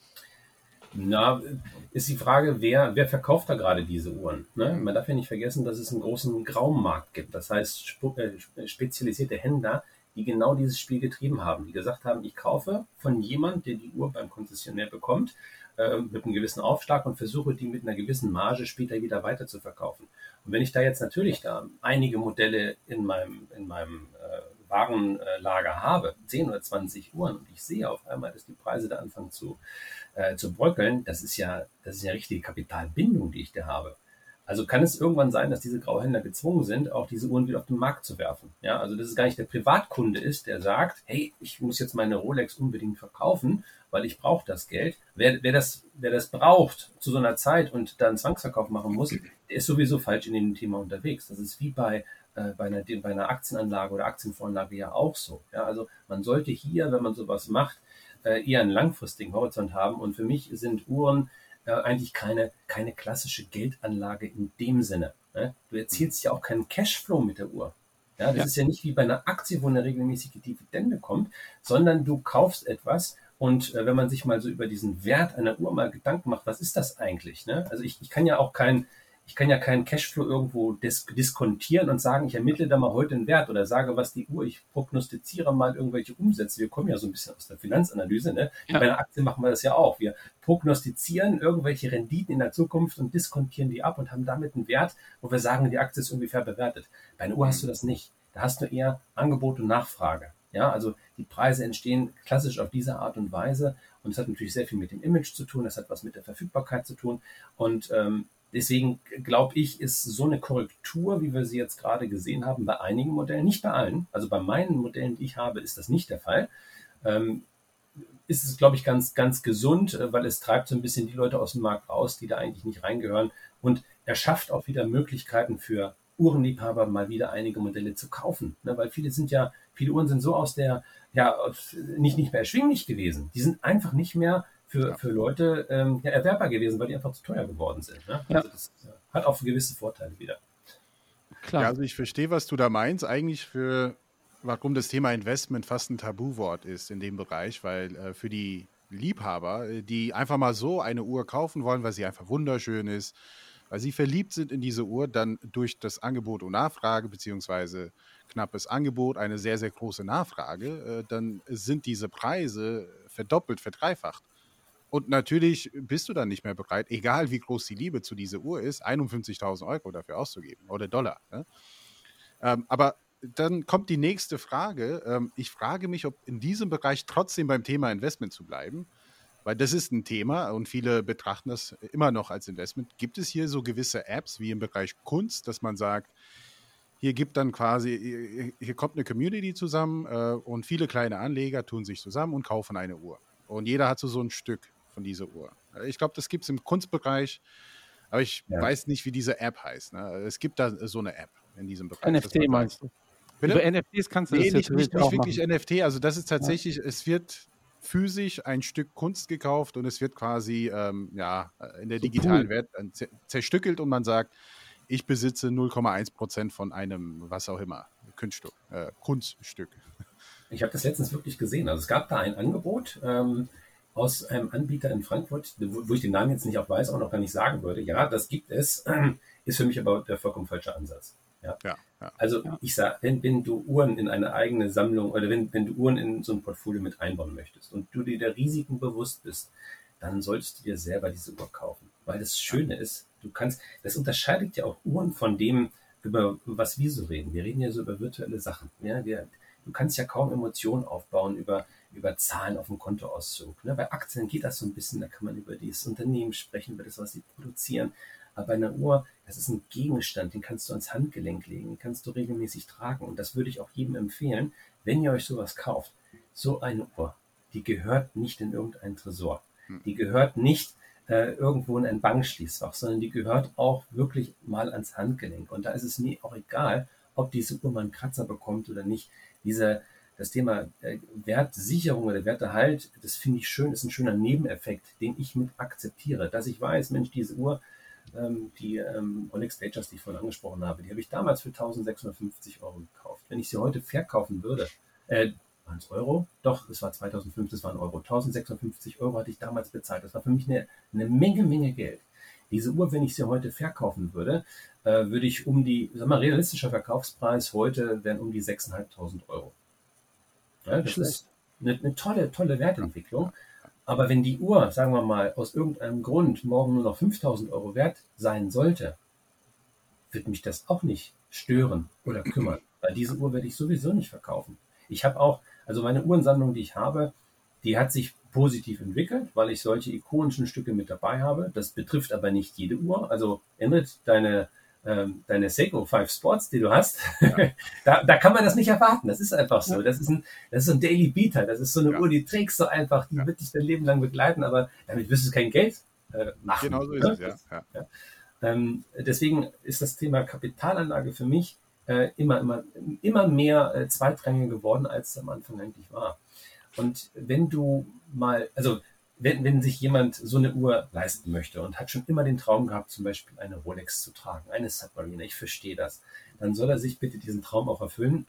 Na, ist die Frage, wer, wer verkauft da gerade diese Uhren? Ne? Man darf ja nicht vergessen, dass es einen großen Graumarkt gibt. Das heißt, spezialisierte Händler, die genau dieses Spiel getrieben haben, die gesagt haben, ich kaufe von jemandem, der die Uhr beim Konzessionär bekommt, äh, mit einem gewissen Aufschlag und versuche, die mit einer gewissen Marge später wieder weiter zu verkaufen. Und wenn ich da jetzt natürlich da einige Modelle in meinem, in meinem äh, Warenlager habe, zehn oder zwanzig Uhren, und ich sehe auf einmal, dass die Preise da anfangen zu, äh, zu bröckeln, das ist ja, das ist ja richtige Kapitalbindung, die ich da habe. Also kann es irgendwann sein, dass diese Grauhändler gezwungen sind, auch diese Uhren wieder auf den Markt zu werfen. Ja, also dass es gar nicht der Privatkunde ist, der sagt, hey, ich muss jetzt meine Rolex unbedingt verkaufen, weil ich brauche das Geld. Wer, wer, das, wer das braucht zu so einer Zeit und dann Zwangsverkauf machen muss, der ist sowieso falsch in dem Thema unterwegs. Das ist wie bei äh, bei, einer, bei einer Aktienanlage oder Aktienvoranlage ja auch so. Ja, also man sollte hier, wenn man sowas macht, äh, eher einen langfristigen Horizont haben. Und für mich sind Uhren äh, eigentlich keine, keine klassische Geldanlage in dem Sinne. Ne? Du erzielst ja auch keinen Cashflow mit der Uhr. Ja, das ja. ist ja nicht wie bei einer Aktie, wo eine regelmäßige Dividende kommt, sondern du kaufst etwas. Und äh, wenn man sich mal so über diesen Wert einer Uhr mal Gedanken macht, was ist das eigentlich? Ne? Also ich, ich kann ja auch kein, ich kann ja keinen Cashflow irgendwo dis- diskontieren und sagen, ich ermittle da mal heute einen Wert oder sage, was die Uhr, ich prognostiziere mal irgendwelche Umsätze. Wir kommen ja so ein bisschen aus der Finanzanalyse. Ne? Ja. Bei einer Aktie machen wir das ja auch. Wir prognostizieren irgendwelche Renditen in der Zukunft und diskontieren die ab und haben damit einen Wert, wo wir sagen, die Aktie ist ungefähr bewertet. Bei einer Uhr hast du das nicht. Da hast du eher Angebot und Nachfrage. Ja, also die Preise entstehen klassisch auf diese Art und Weise und es hat natürlich sehr viel mit dem Image zu tun, es hat was mit der Verfügbarkeit zu tun und ähm, deswegen glaube ich, ist so eine Korrektur, wie wir sie jetzt gerade gesehen haben, bei einigen Modellen, nicht bei allen, also bei meinen Modellen, die ich habe, ist das nicht der Fall, ähm, ist es, glaube ich, ganz, ganz gesund, weil es treibt so ein bisschen die Leute aus dem Markt raus, die da eigentlich nicht reingehören und er schafft auch wieder Möglichkeiten für Uhrenliebhaber mal wieder einige Modelle zu kaufen, ne? Weil viele sind ja, viele Uhren sind so aus der, ja, nicht, nicht mehr erschwinglich gewesen. Die sind einfach nicht mehr für, ja. für Leute ähm, ja, erwerbbar gewesen, weil die einfach zu teuer geworden sind. Ne? Ja. Also das äh, hat auch gewisse Vorteile wieder. Klar. Ja, also ich verstehe, was du da meinst. Eigentlich für, warum das Thema Investment fast ein Tabuwort ist in dem Bereich, weil äh, für die Liebhaber, die einfach mal so eine Uhr kaufen wollen, weil sie einfach wunderschön ist, weil sie verliebt sind in diese Uhr, dann durch das Angebot und Nachfrage, beziehungsweise knappes Angebot, eine sehr, sehr große Nachfrage, äh, dann sind diese Preise verdoppelt, verdreifacht. Und natürlich bist du dann nicht mehr bereit, egal wie groß die Liebe zu dieser Uhr ist, einundfünfzigtausend Euro dafür auszugeben oder Dollar. Ne? Ähm, aber dann kommt die nächste Frage. Ähm, ich frage mich, ob in diesem Bereich trotzdem beim Thema Investment zu bleiben, weil das ist ein Thema und viele betrachten das immer noch als Investment. Gibt es hier so gewisse Apps wie im Bereich Kunst, dass man sagt, hier gibt dann quasi, hier kommt eine Community zusammen äh, und viele kleine Anleger tun sich zusammen und kaufen eine Uhr. Und jeder hat so, so ein Stück von dieser Uhr. Ich glaube, das gibt es im Kunstbereich, aber ich ja. weiß nicht, wie diese App heißt. Ne? Es gibt da so eine App in diesem Bereich. N F T meinst du? Bitte? Über N F Ts kannst du nee, das nicht, nicht, nicht wirklich machen. N F T, also das ist tatsächlich, ja. es wird physisch ein Stück Kunst gekauft und es wird quasi ähm, ja, in der so digitalen cool. Welt zerstückelt und man sagt, ich besitze null Komma eins Prozent von einem, was auch immer, Kunststück. Äh, Kunststück. Ich habe das letztens wirklich gesehen. Also es gab da ein Angebot ähm, aus einem Anbieter in Frankfurt, wo, wo ich den Namen jetzt nicht auch weiß, auch noch gar nicht sagen würde. Ja, das gibt es, äh, ist für mich aber der vollkommen falsche Ansatz. Ja. Ja, ja. Also ja. ich sage, wenn, wenn du Uhren in eine eigene Sammlung oder wenn, wenn du Uhren in so ein Portfolio mit einbauen möchtest und du dir der Risiken bewusst bist, dann solltest du dir selber diese Uhr kaufen. Weil das Schöne ist, du kannst, das unterscheidet ja auch Uhren von dem, über was wir so reden. Wir reden ja so über virtuelle Sachen. Ja, wir, du kannst ja kaum Emotionen aufbauen über, über Zahlen auf dem Kontoauszug. Ne? Bei Aktien geht das so ein bisschen, da kann man über dieses Unternehmen sprechen, über das, was sie produzieren. Aber bei einer Uhr, das ist ein Gegenstand, den kannst du ans Handgelenk legen, den kannst du regelmäßig tragen. Und das würde ich auch jedem empfehlen, wenn ihr euch sowas kauft. So eine Uhr, die gehört nicht in irgendein Tresor. Die gehört nicht äh, irgendwo in ein Bankschließfach, sondern die gehört auch wirklich mal ans Handgelenk. Und da ist es mir auch egal, ob diese Uhr mal einen Kratzer bekommt oder nicht. Diese, das Thema äh, Wertsicherung oder Werterhalt, das finde ich schön, ist ein schöner Nebeneffekt, den ich mit akzeptiere. Dass ich weiß, Mensch, diese Uhr, ähm, die ähm, Rolex Datejust, die ich vorhin angesprochen habe, die habe ich damals für eintausendsechshundertfünfzig Euro gekauft. Wenn ich sie heute verkaufen würde, äh, waren es Euro? Doch, es war zweitausendfünf, das waren Euro. eintausendsechshundertfünfzig Euro hatte ich damals bezahlt. Das war für mich eine, eine Menge, Menge Geld. Diese Uhr, wenn ich sie heute verkaufen würde, äh, würde ich um die, sag mal, realistischer Verkaufspreis heute wären um die sechstausendfünfhundert Euro. Ja, das Schlecht. ist eine, eine tolle, tolle Wertentwicklung. Aber wenn die Uhr, sagen wir mal, aus irgendeinem Grund morgen nur noch fünftausend Euro wert sein sollte, wird mich das auch nicht stören oder kümmern. Weil diese Uhr werde ich sowieso nicht verkaufen. Ich habe auch, also meine Uhrensammlung, die ich habe, die hat sich positiv entwickelt, weil ich solche ikonischen Stücke mit dabei habe. Das betrifft aber nicht jede Uhr. Also Endrit, deine, ähm, deine Seiko fünf Sports, die du hast, ja. da, da kann man das nicht erwarten. Das ist einfach so. Das ist ein, das ist ein Daily Beater. Das ist so eine ja. Uhr, die trägst du einfach, die ja. wird dich dein Leben lang begleiten, aber damit wirst du kein Geld äh, machen. Genau so ist es, ja. ja. ja. Ähm, deswegen ist das Thema Kapitalanlage für mich äh, immer, immer, immer mehr äh, zweitrangig geworden, als es am Anfang eigentlich war. Und wenn du mal, also wenn, wenn sich jemand so eine Uhr leisten möchte und hat schon immer den Traum gehabt, zum Beispiel eine Rolex zu tragen, eine Submariner, ich verstehe das, dann soll er sich bitte diesen Traum auch erfüllen,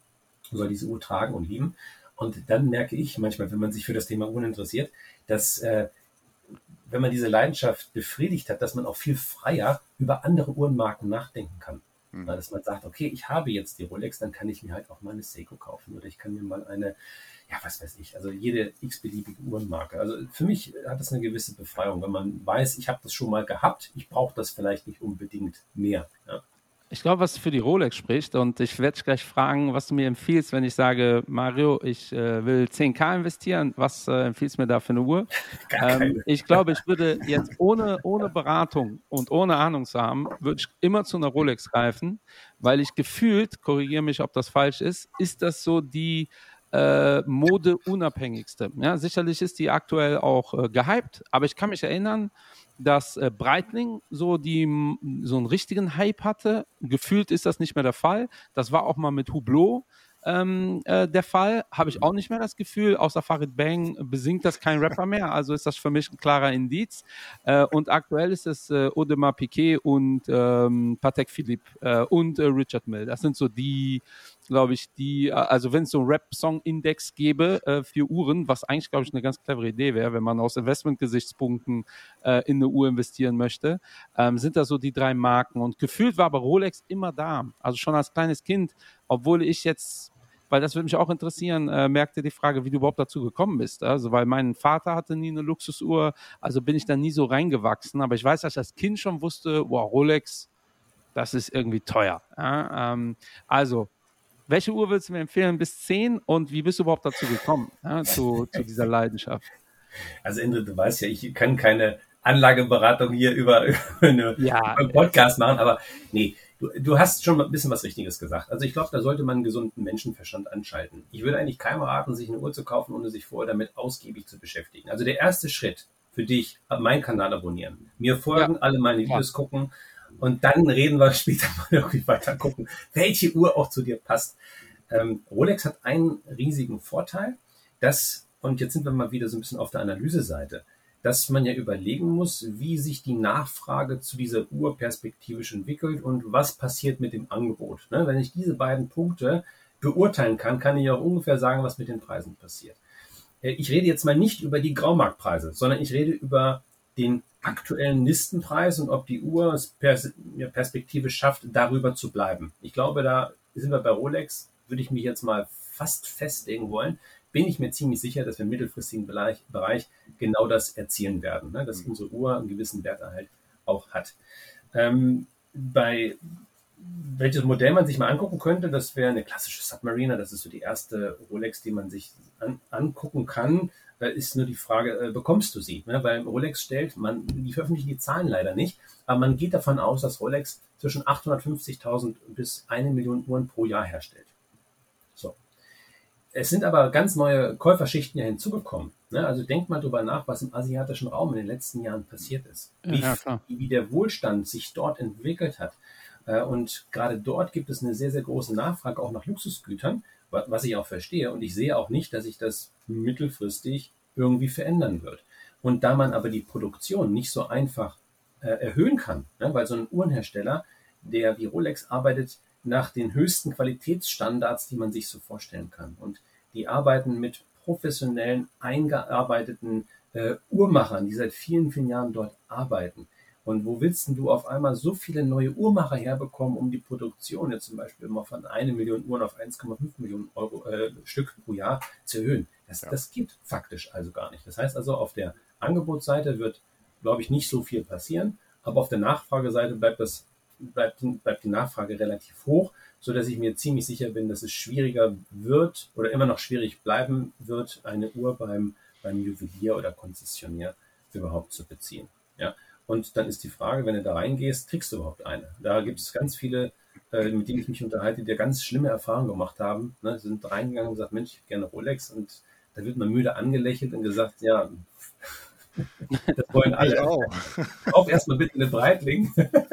soll diese Uhr tragen und lieben. Und dann merke ich manchmal, wenn man sich für das Thema Uhren interessiert, dass äh, wenn man diese Leidenschaft befriedigt hat, dass man auch viel freier über andere Uhrenmarken nachdenken kann. Mhm. Dass man sagt, okay, ich habe jetzt die Rolex, dann kann ich mir halt auch mal eine Seiko kaufen oder ich kann mir mal eine, ja, was weiß ich, also jede x-beliebige Uhrenmarke. Also für mich hat das eine gewisse Befreiung, wenn man weiß, ich habe das schon mal gehabt, ich brauche das vielleicht nicht unbedingt mehr. Ja. Ich glaube, was für die Rolex spricht, und ich werde dich gleich fragen, was du mir empfiehlst, wenn ich sage, Mario, ich äh, will zehn K investieren, was äh, empfiehlst du mir da für eine Uhr? Ähm, ich glaube, ich würde jetzt ohne, ohne Beratung und ohne Ahnung zu haben, würde ich immer zu einer Rolex greifen, weil ich gefühlt, korrigiere mich, ob das falsch ist, ist das so die äh, Mode-unabhängigste. Ja, sicherlich ist die aktuell auch äh, gehypt, aber ich kann mich erinnern, dass äh, Breitling so, die, so einen richtigen Hype hatte. Gefühlt ist das nicht mehr der Fall. Das war auch mal mit Hublot ähm, äh, der Fall. Habe ich auch nicht mehr das Gefühl. Außer Farid Bang besingt das kein Rapper mehr. Also ist das für mich ein klarer Indiz. Äh, und aktuell ist es äh, Audemars Piguet und ähm, Patek Philippe äh, und äh, Richard Mille. Das sind so die, glaube ich, die, also wenn es so einen Rap-Song-Index gäbe äh, für Uhren, was eigentlich, glaube ich, eine ganz clevere Idee wäre, wenn man aus Investmentgesichtspunkten äh, in eine Uhr investieren möchte, ähm, sind das so die drei Marken. Und gefühlt war aber Rolex immer da. Also schon als kleines Kind, obwohl ich jetzt, weil das würde mich auch interessieren, äh, merkte die Frage, wie du überhaupt dazu gekommen bist. Also weil mein Vater hatte nie eine Luxusuhr, also bin ich da nie so reingewachsen. Aber ich weiß, dass ich als Kind schon wusste, wow, Rolex, das ist irgendwie teuer. Ja, ähm, also, welche Uhr würdest du mir empfehlen bis zehn und wie bist du überhaupt dazu gekommen, ja, zu, zu dieser Leidenschaft? Also Indrid, du weißt ja, ich kann keine Anlageberatung hier über, über, eine, Ja. über einen Podcast machen, aber nee, du, du hast schon ein bisschen was Richtiges gesagt. Also ich glaube, da sollte man einen gesunden Menschenverstand anschalten. Ich würde eigentlich keinem raten, sich eine Uhr zu kaufen, ohne sich vorher damit ausgiebig zu beschäftigen. Also der erste Schritt für dich, meinen Kanal abonnieren, mir folgen, Ja. alle meine Videos Ja. gucken und dann reden wir später mal irgendwie weiter gucken, welche Uhr auch zu dir passt. Ähm, Rolex hat einen riesigen Vorteil, dass, und jetzt sind wir mal wieder so ein bisschen auf der Analyseseite, dass man ja überlegen muss, wie sich die Nachfrage zu dieser Uhr perspektivisch entwickelt und was passiert mit dem Angebot. Ne? Wenn ich diese beiden Punkte beurteilen kann, kann ich auch ungefähr sagen, was mit den Preisen passiert. Ich rede jetzt mal nicht über die Graumarktpreise, sondern ich rede über den aktuellen Listenpreis und ob die Uhr es pers- perspektivisch schafft, darüber zu bleiben. Ich glaube, da sind wir bei Rolex, würde ich mich jetzt mal fast festlegen wollen, bin ich mir ziemlich sicher, dass wir im mittelfristigen Bereich, Bereich genau das erzielen werden, ne? Dass unsere Uhr einen gewissen Werterhalt auch hat. Ähm, bei welches Modell man sich mal angucken könnte, das wäre eine klassische Submariner, das ist so die erste Rolex, die man sich an, angucken kann. Da ist nur die Frage, äh, bekommst du sie? Ne? Weil Rolex stellt, man, die veröffentlichen die Zahlen leider nicht, aber man geht davon aus, dass Rolex zwischen achthundertfünfzigtausend bis eine Million Uhren pro Jahr herstellt. So. Es sind aber ganz neue Käuferschichten ja hinzugekommen. Ne? Also denkt mal drüber nach, was im asiatischen Raum in den letzten Jahren passiert ist. Wie, Ja, klar. wie der Wohlstand sich dort entwickelt hat. Und gerade dort gibt es eine sehr, sehr große Nachfrage auch nach Luxusgütern, was ich auch verstehe. Und ich sehe auch nicht, dass sich das mittelfristig irgendwie verändern wird. Und da man aber die Produktion nicht so einfach äh, erhöhen kann, ne, weil so ein Uhrenhersteller, der wie Rolex arbeitet, nach den höchsten Qualitätsstandards, die man sich so vorstellen kann. Und die arbeiten mit professionellen, eingearbeiteten äh, Uhrmachern, die seit vielen, vielen Jahren dort arbeiten. Und wo willst denn du auf einmal so viele neue Uhrmacher herbekommen, um die Produktion jetzt zum Beispiel immer von einer Million Uhren auf eins Komma fünf Millionen Euro, äh, Stück pro Jahr zu erhöhen? Das, Ja. das geht faktisch also gar nicht. Das heißt also, auf der Angebotsseite wird, glaube ich, nicht so viel passieren, aber auf der Nachfrageseite bleibt, das, bleibt, bleibt die Nachfrage relativ hoch, sodass ich mir ziemlich sicher bin, dass es schwieriger wird oder immer noch schwierig bleiben wird, eine Uhr beim, beim Juwelier oder Konzessionär überhaupt zu beziehen. Ja. Und dann ist die Frage, wenn du da reingehst, kriegst du überhaupt eine? Da gibt es ganz viele, äh, mit denen ich mich unterhalte, die ganz schlimme Erfahrungen gemacht haben. Ne? Sie sind reingegangen und gesagt, Mensch, ich hätte gerne Rolex. Und da wird man müde angelächelt und gesagt, ja, das wollen alle. Ich auch. Kauf erstmal bitte eine Breitling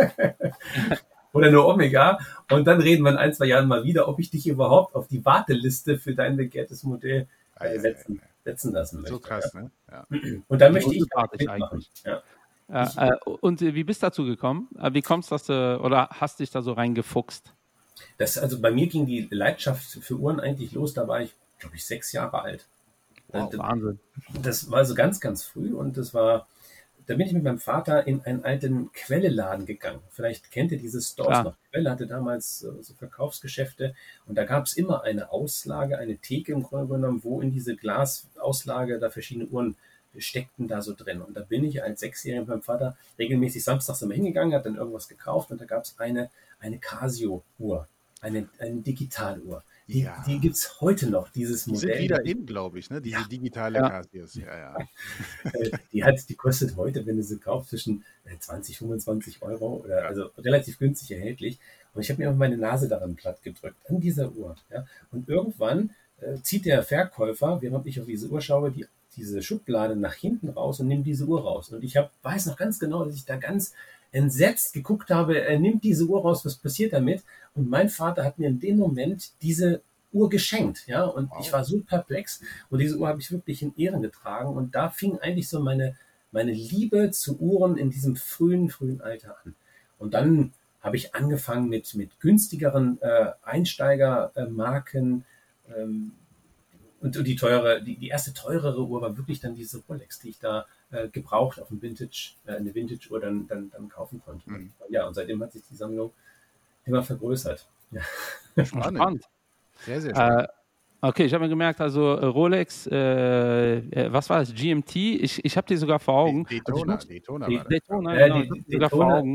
oder eine Omega. Und dann reden wir in ein, zwei Jahren mal wieder, ob ich dich überhaupt auf die Warteliste für dein begehrtes Modell äh, setzen, setzen lassen möchte. So krass, ne? Ja. Und da möchte ich Unsympathisch mitmachen. eigentlich. Ja. Äh, äh, und äh, wie bist du dazu gekommen? Äh, wie kommst du, dass du, oder hast dich da so reingefuchst? Das, also bei mir ging die Leidenschaft für Uhren eigentlich los, da war ich, glaube ich, sechs Jahre alt. Wow, das, Wahnsinn. das war so ganz, ganz früh und das war, da bin ich mit meinem Vater in einen alten Quelle-Laden gegangen. Vielleicht kennt ihr diese Stores Klar. noch. Quelle hatte damals so, so Verkaufsgeschäfte und da gab es immer eine Auslage, eine Theke im Grunde genommen, wo in diese Glasauslage da verschiedene Uhren steckten da so drin. Und da bin ich als Sechsjähriger mit meinem Vater regelmäßig samstags immer hingegangen, hat dann irgendwas gekauft und da gab es eine, eine Casio-Uhr, eine, eine Digitaluhr. Die, Ja. die gibt es heute noch, dieses Die Modell. sind wieder in, glaube ich, ne? Diese Ja. digitale Ja. Casios. Ja, ja. Äh, die, hat, die kostet heute, wenn du sie kaufst, zwischen äh, zwanzig, fünfundzwanzig Euro oder also relativ günstig erhältlich. Und ich habe mir auch meine Nase daran platt gedrückt, an dieser Uhr. Ja? Und irgendwann äh, zieht der Verkäufer, während ich auf diese Uhr schaue, die, diese Schublade nach hinten raus und nimmt diese Uhr raus. Und ich hab, weiß noch ganz genau, dass ich da ganz entsetzt geguckt habe, er nimmt diese Uhr raus, was passiert damit? Und mein Vater hat mir in dem Moment diese Uhr geschenkt, ja, und Wow. ich war so perplex und diese Uhr habe ich wirklich in Ehren getragen und da fing eigentlich so meine, meine Liebe zu Uhren in diesem frühen, frühen Alter an. Und dann habe ich angefangen mit, mit günstigeren äh, Einsteigermarken ähm, und, und die teure, die, die erste teurere Uhr war wirklich dann diese Rolex, die ich da äh, gebraucht auf ein Vintage, äh, eine Vintage-Uhr dann, dann, dann kaufen konnte. Mhm. Ja, und seitdem hat sich die Sammlung immer vergrößert. Ja. Spannend. Spannend. Sehr, sehr spannend. Äh, okay, ich habe mir gemerkt, also äh, Rolex, äh, äh, was war das? G M T? Ich, ich habe die sogar vor Augen. Daytona, Also ich muss- Daytona Die- war das. Daytona, Ja, genau, die- ich hab die sogar vor Daytona- Augen.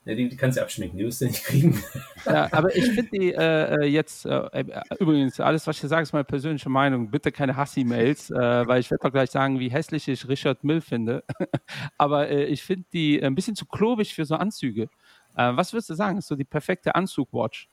Ja, die, die kannst du abschminken, die wirst du nicht kriegen. Ja, aber ich finde die äh, jetzt, äh, übrigens, alles, was ich hier sage, ist meine persönliche Meinung. Bitte keine Hass-E-Mails, äh, weil ich werde doch gleich sagen, wie hässlich ich Richard Mille finde. Aber äh, ich finde die ein bisschen zu klobig für so Anzüge. Äh, was würdest du sagen, ist so die perfekte Anzug-Watch?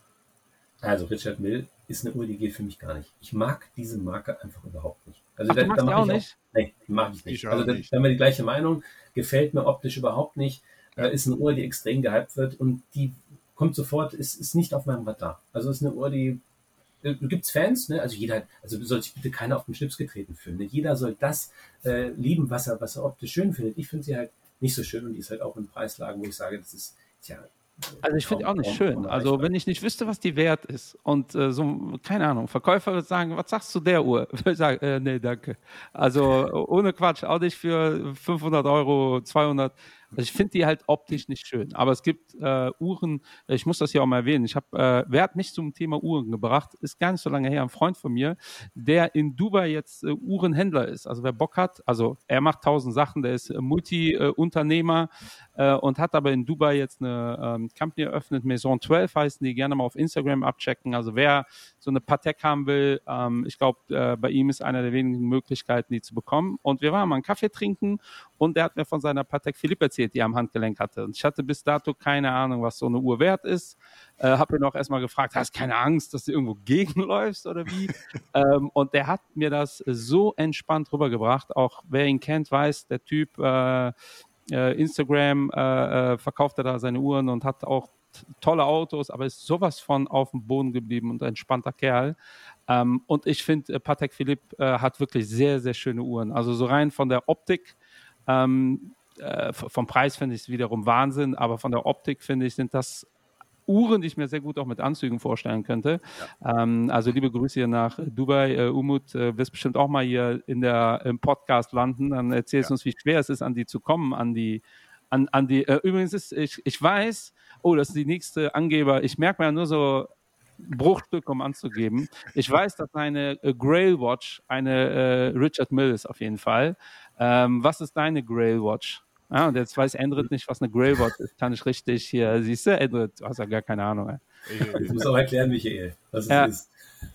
Also Richard Mille ist eine Uhr, die geht für mich gar nicht. Ich mag diese Marke einfach überhaupt nicht. Also Ach, da, du magst da die mache auch ich auch, nicht? nee, die mag ich nicht. Ich auch also da, nicht. da haben wir die gleiche Meinung, gefällt mir optisch überhaupt nicht. Ja. Äh, ist eine Uhr, die extrem gehypt wird und die kommt sofort, ist, ist nicht auf meinem Radar. Also ist eine Uhr, die äh, gibt es Fans, ne? Also jeder, also soll sich bitte keiner auf den Schlips getreten fühlen. Ne? Jeder soll das äh, lieben, was er, was er optisch schön findet. Ich finde sie halt nicht so schön und die ist halt auch in Preislagen, wo ich sage, das ist, tja, Also ich finde auch nicht kaum- schön. kaum Also erreichbar. wenn ich nicht wüsste, was die wert ist und äh, so, keine Ahnung, Verkäufer würde sagen, was sagst du der Uhr? Würde ich sagen, äh, nee, danke. Also ohne Quatsch, auch nicht für fünfhundert Euro, zweihundert. Also ich finde die halt optisch nicht schön. Aber es gibt äh, Uhren, ich muss das hier auch mal erwähnen, ich habe, äh, wer hat mich zum Thema Uhren gebracht? Ist gar nicht so lange her, ein Freund von mir, der in Dubai jetzt äh, Uhrenhändler ist. Also wer Bock hat, also er macht tausend Sachen, der ist äh, Multi-Unternehmer äh, und hat aber in Dubai jetzt eine ähm, Company eröffnet, Maison zwölf heißen die, gerne mal auf Instagram abchecken. Also wer so eine Patek haben will, ähm, ich glaube, äh, bei ihm ist einer der wenigen Möglichkeiten, die zu bekommen. Und wir waren mal einen Kaffee trinken und der hat mir von seiner Patek Philippe erzählt, die er am Handgelenk hatte. Und ich hatte bis dato keine Ahnung, was so eine Uhr wert ist. Äh, habe ihn auch erstmal gefragt, hast keine Angst, dass du irgendwo gegenläufst oder wie? ähm, und der hat mir das so entspannt rübergebracht. Auch wer ihn kennt, weiß, der Typ äh, äh, Instagram äh, äh, verkauft er da seine Uhren und hat auch t- tolle Autos, aber ist sowas von auf dem Boden geblieben und ein entspannter Kerl. Ähm, und ich finde, äh, Patek Philippe äh, hat wirklich sehr, sehr schöne Uhren. Also so rein von der Optik, ähm, äh, v- vom Preis finde ich es wiederum Wahnsinn, aber von der Optik finde ich, sind das Uhren, die ich mir sehr gut auch mit Anzügen vorstellen könnte. Ähm, also liebe Grüße hier nach Dubai. Äh, Umut, äh, wirst bestimmt auch mal hier in der, im Podcast landen. Dann erzählst du Ja. uns, wie schwer es ist, an die zu kommen, an die, an, an die, äh, übrigens ist, ich, ich weiß, oh, das ist die nächste Angeber. Ich merke mir ja nur so Bruchstück, um anzugeben. Ich weiß, dass eine äh, Grail Watch eine äh, Richard Mille ist auf jeden Fall. Ähm, was ist deine Grail Watch? Ah, und jetzt weiß Endrit nicht, was eine Grail Watch ist. Kann ich richtig hier, siehst du, Endrit, du hast ja gar keine Ahnung. Ey. Ich muss auch erklären, Michael, was es Ja. ist.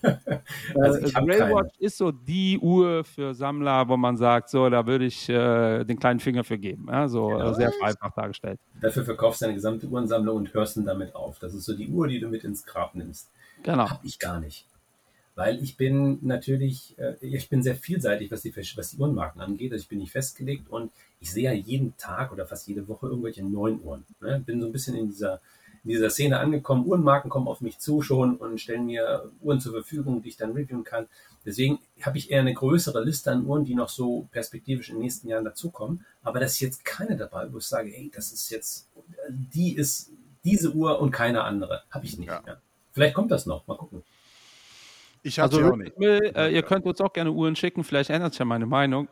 Also ich Äh, habe Grail keine. Watch ist so die Uhr für Sammler, wo man sagt, so, da würde ich äh, den kleinen Finger für geben. Ja, so Genau. äh, sehr vereinfacht dargestellt. Dafür verkaufst du deine gesamte Uhrensammlung und hörst dann damit auf. Das ist so die Uhr, die du mit ins Grab nimmst. Genau. Hab ich gar nicht. Weil ich bin natürlich, äh, ich bin sehr vielseitig, was die, was die Uhrenmarken angeht. Also ich bin nicht festgelegt und ich sehe ja jeden Tag oder fast jede Woche irgendwelche neuen Uhren. Ne? Bin so ein bisschen in dieser, in dieser Szene angekommen. Uhrenmarken kommen auf mich zu schon und stellen mir Uhren zur Verfügung, die ich dann reviewen kann. Deswegen habe ich eher eine größere Liste an Uhren, die noch so perspektivisch in den nächsten Jahren dazukommen. Aber da ist jetzt keine dabei, wo ich sage, hey, das ist jetzt, die ist diese Uhr und keine andere. Habe ich nicht. Ja. Ja. Vielleicht kommt das noch. Mal gucken. Ich habe Also sie auch Richard nicht. Mille, äh, ihr könnt uns auch gerne Uhren schicken, vielleicht ändert sich ja meine Meinung.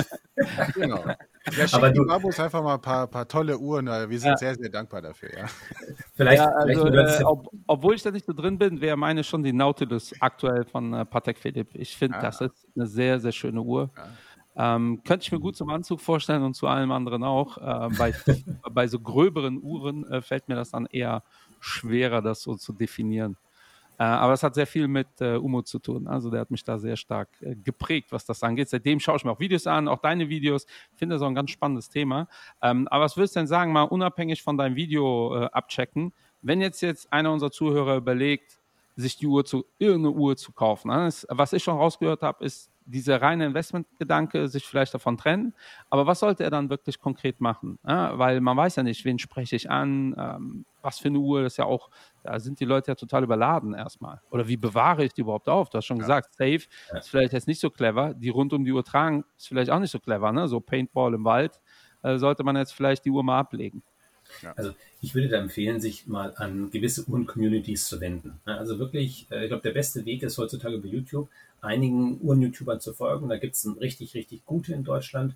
Genau. Ja, schick Aber die du- Babos einfach mal ein paar, paar tolle Uhren. äh, Wir sind Ja. sehr, sehr dankbar dafür. Ja. Vielleicht, Ja, vielleicht also, du hattest äh, ja- ob, obwohl ich da nicht so drin bin, wäre meine schon die Nautilus aktuell von äh, Patek Philippe. Ich finde, Ah. das ist eine sehr, sehr schöne Uhr. Ähm, könnte ich mir gut zum Anzug vorstellen und zu allem anderen auch. Äh, bei, bei so gröberen Uhren äh, fällt mir das dann eher schwerer, das so zu definieren. Äh, aber es hat sehr viel mit äh, Umut zu tun. Also der hat mich da sehr stark äh, geprägt, was das angeht. Seitdem schaue ich mir auch Videos an, auch deine Videos. Finde das auch ein ganz spannendes Thema. Ähm, aber was würdest du denn sagen, mal unabhängig von deinem Video äh, abchecken, wenn jetzt jetzt einer unserer Zuhörer überlegt, sich die Uhr zu, irgendeine Uhr zu kaufen. Ne? Das, was ich schon rausgehört habe, ist dieser reine Investmentgedanke, sich vielleicht davon trennen. Aber was sollte er dann wirklich konkret machen? Ja, weil man weiß ja nicht, wen spreche ich an, ähm, was für eine Uhr, das ist ja auch, da sind die Leute ja total überladen erstmal. Oder wie bewahre ich die überhaupt auf? Du hast schon Ja. gesagt, Safe Ja. ist vielleicht jetzt nicht so clever. Die rund um die Uhr tragen, ist vielleicht auch nicht so clever. Ne? So Paintball im Wald, äh, sollte man jetzt vielleicht die Uhr mal ablegen. Also ich würde da empfehlen, sich mal an gewisse Uhren-Communities zu wenden. Also wirklich, ich glaube, der beste Weg ist heutzutage bei YouTube, einigen Uhren-YouTubern zu folgen. Da gibt es richtig, richtig gute in Deutschland,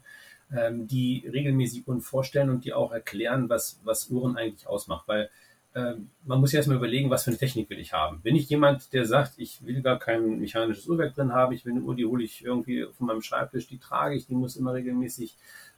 die regelmäßig Uhren vorstellen und die auch erklären, was, was Uhren eigentlich ausmacht. Weil ähm, man muss ja erstmal überlegen, was für eine Technik will ich haben. Bin ich jemand, der sagt, ich will gar kein mechanisches Uhrwerk drin haben, ich will eine Uhr, die hole ich irgendwie von meinem Schreibtisch, die trage ich, die muss immer regelmäßig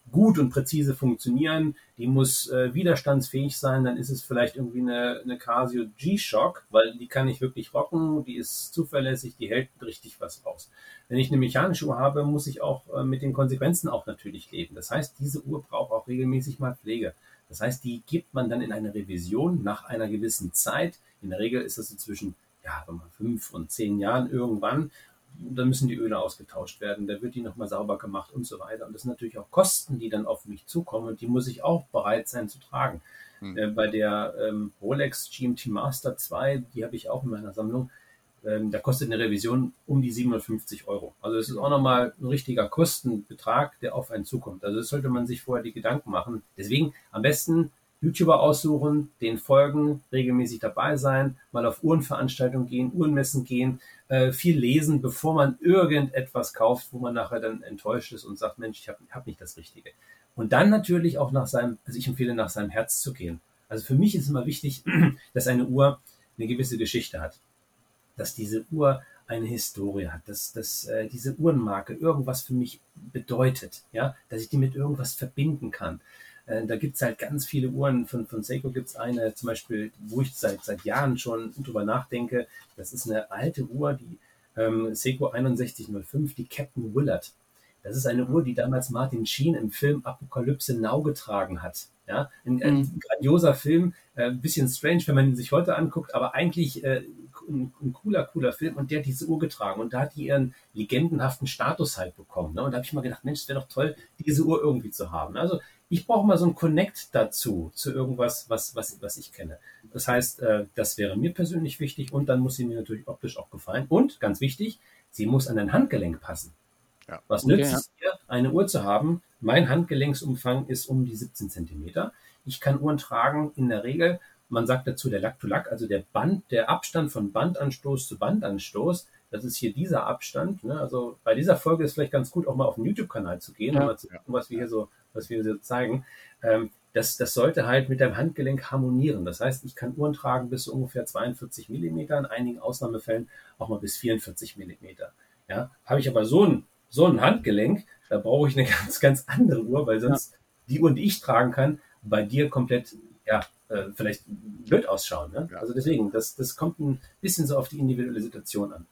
gut und präzise funktionieren, die muss äh, widerstandsfähig sein, dann ist es vielleicht irgendwie eine, eine Casio G-Shock, weil die kann ich wirklich rocken, die ist zuverlässig, die hält richtig was raus. Wenn ich eine mechanische Uhr habe, muss ich auch äh, mit den Konsequenzen auch natürlich leben. Das heißt, diese Uhr braucht auch regelmäßig mal Pflege. Das heißt, die gibt man dann in eine Revision nach einer gewissen Zeit. In der Regel ist das so zwischen ja, fünf und zehn Jahren irgendwann. Dann müssen die Öle ausgetauscht werden, da wird die nochmal sauber gemacht und so weiter. Und das sind natürlich auch Kosten, die dann auf mich zukommen und die muss ich auch bereit sein zu tragen. Hm. Äh, bei der ähm, Rolex G M T Master zwei, die habe ich auch in meiner Sammlung, ähm, da kostet eine Revision um die siebenhundertfünfzig Euro. Also das ist auch nochmal ein richtiger Kostenbetrag, der auf einen zukommt. Also das sollte man sich vorher die Gedanken machen. Deswegen am besten YouTuber aussuchen, den folgen, regelmäßig dabei sein, mal auf Uhrenveranstaltungen gehen, Uhrenmessen gehen, äh, viel lesen, bevor man irgendetwas kauft, wo man nachher dann enttäuscht ist und sagt, Mensch, ich habe hab nicht das Richtige. Und dann natürlich auch nach seinem, also ich empfehle, nach seinem Herz zu gehen. Also für mich ist immer wichtig, dass eine Uhr eine gewisse Geschichte hat, dass diese Uhr eine Historie hat, dass, dass äh, diese Uhrenmarke irgendwas für mich bedeutet, ja, dass ich die mit irgendwas verbinden kann. Da gibt es halt ganz viele Uhren. Von, von Seiko gibt es eine, zum Beispiel, wo ich seit, seit Jahren schon drüber nachdenke. Das ist eine alte Uhr, die ähm, Seiko einundsechzig null fünf, die Captain Willard. Das ist eine Uhr, die damals Martin Sheen im Film Apokalypse Now getragen hat. Ja, ein, ein mhm. grandioser Film, äh, ein bisschen strange, wenn man ihn sich heute anguckt, aber eigentlich äh, ein, ein cooler, cooler Film. Und der hat diese Uhr getragen und da hat die ihren legendenhaften Status halt bekommen. Ne? Und da habe ich mal gedacht, Mensch, es wäre doch toll, diese Uhr irgendwie zu haben. Also ich brauche mal so ein Connect dazu, zu irgendwas, was, was, was ich kenne. Das heißt, äh, das wäre mir persönlich wichtig und dann muss sie mir natürlich optisch auch gefallen. Und, ganz wichtig, sie muss an dein Handgelenk passen. Ja. Was okay, nützt es dir, eine Uhr zu haben? Mein Handgelenksumfang ist um die siebzehn Zentimeter. Ich kann Uhren tragen in der Regel, man sagt dazu der Lack-to-Lack, also der Band, der Abstand von Bandanstoß zu Bandanstoß, das ist hier dieser Abstand. Ne? Also bei dieser Folge ist vielleicht ganz gut, auch mal auf den YouTube-Kanal zu gehen, ja. um mal zu gucken, was wir hier so, was wir hier so zeigen. Ähm, das, das sollte halt mit deinem Handgelenk harmonieren. Das heißt, ich kann Uhren tragen bis zu ungefähr zweiundvierzig Millimeter, in einigen Ausnahmefällen auch mal bis vierundvierzig Millimeter. Ja? Habe ich aber so ein, so ein Handgelenk, da brauche ich eine ganz, ganz andere Uhr, weil sonst ja. die Uhren, die ich tragen kann, bei dir komplett, ja, äh, vielleicht blöd ausschauen. Ne? Ja. Also deswegen, das, das kommt ein bisschen so auf die individuelle Situation an.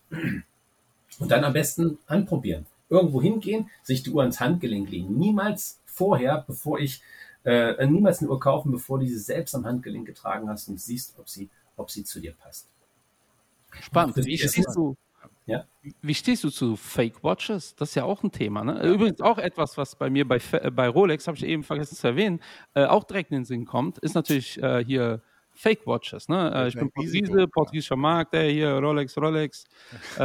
Und dann am besten anprobieren. Irgendwo hingehen, sich die Uhr ans Handgelenk legen. Niemals vorher, bevor ich, äh, niemals eine Uhr kaufen, bevor du sie selbst am Handgelenk getragen hast und siehst, ob sie, ob sie zu dir passt. Spannend. Wie stehst du? Ja. Wie stehst du zu Fake Watches? Das ist ja auch ein Thema. Ne? Ja. Übrigens auch etwas, was bei mir bei, bei Rolex, habe ich eben vergessen zu erwähnen, äh, auch direkt in den Sinn kommt, ist natürlich äh, hier Fake Watches. Ne? Äh, ich bin Portugiese, portugiesischer Markt, der hier Rolex, Rolex. äh,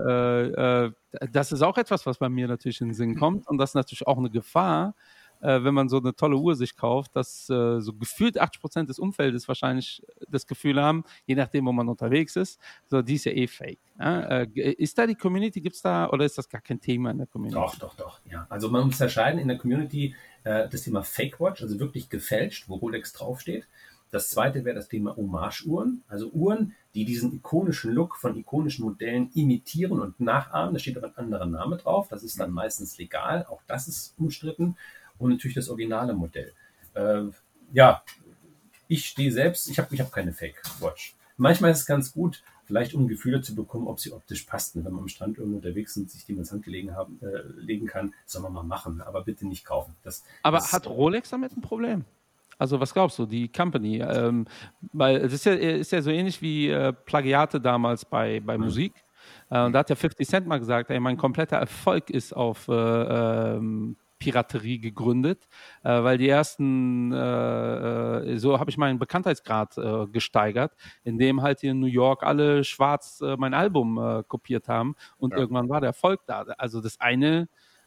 äh, äh, das ist auch etwas, was bei mir natürlich in den Sinn kommt und das ist natürlich auch eine Gefahr, äh, wenn man so eine tolle Uhr sich kauft, dass äh, so gefühlt achtzig Prozent des Umfeldes wahrscheinlich das Gefühl haben, je nachdem, wo man unterwegs ist, so, die ist ja eh fake. Ja? Äh, ist da die Community, gibt es da, oder ist das gar kein Thema in der Community? Doch, doch, doch, ja. Also man muss unterscheiden in der Community äh, das Thema Fake Watch, also wirklich gefälscht, wo Rolex draufsteht. Das zweite wäre das Thema Hommage-Uhren, also Uhren, die diesen ikonischen Look von ikonischen Modellen imitieren und nachahmen. Da steht aber ein anderer Name drauf, das ist dann meistens legal, auch das ist umstritten. Und natürlich das originale Modell. Äh, ja, ich stehe selbst, ich habe ich hab keine Fake-Watch. Manchmal ist es ganz gut, vielleicht um Gefühle zu bekommen, ob sie optisch passten. Wenn man am Strand irgendwo unterwegs sind, sich die ins Hand gelegen haben, äh, legen kann, soll man mal machen, aber bitte nicht kaufen. Das, aber das, hat Rolex damit ein Problem? Also was glaubst du, die Company? Ähm, weil es ist ja, ist ja so ähnlich wie äh, Plagiate damals bei, bei mhm. Musik. Äh, und da hat ja fifty Cent mal gesagt, ey, mein kompletter Erfolg ist auf äh, ähm, Piraterie gegründet, äh, weil die ersten, äh, so habe ich meinen Bekanntheitsgrad äh, gesteigert, indem halt hier in New York alle schwarz äh, mein Album äh, kopiert haben und ja. irgendwann war der Erfolg da. Also das eine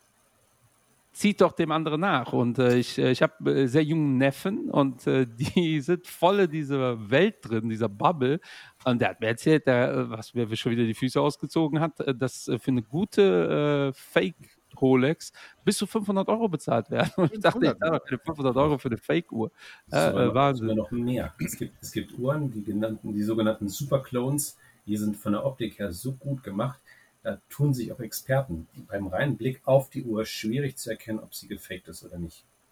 zieht doch dem anderen nach und äh, ich, ich habe äh, sehr jungen Neffen und äh, die sind voll in dieser Welt drin, dieser Bubble und der hat mir erzählt, der, was mir schon wieder die Füße ausgezogen hat, dass für eine gute äh, Fake Rolex bis zu fünfhundert Euro bezahlt werden. Und ich dachte, ich zahle doch keine fünfhundert Euro für eine Fake-Uhr. Äh, äh, Wahnsinn. Sogar noch mehr. Es gibt, es gibt Uhren, die genannten, die sogenannten Superclones, die sind von der Optik her so gut gemacht, da tun sich auch Experten beim reinen Blick auf die Uhr schwierig zu erkennen, ob sie gefaked ist oder nicht.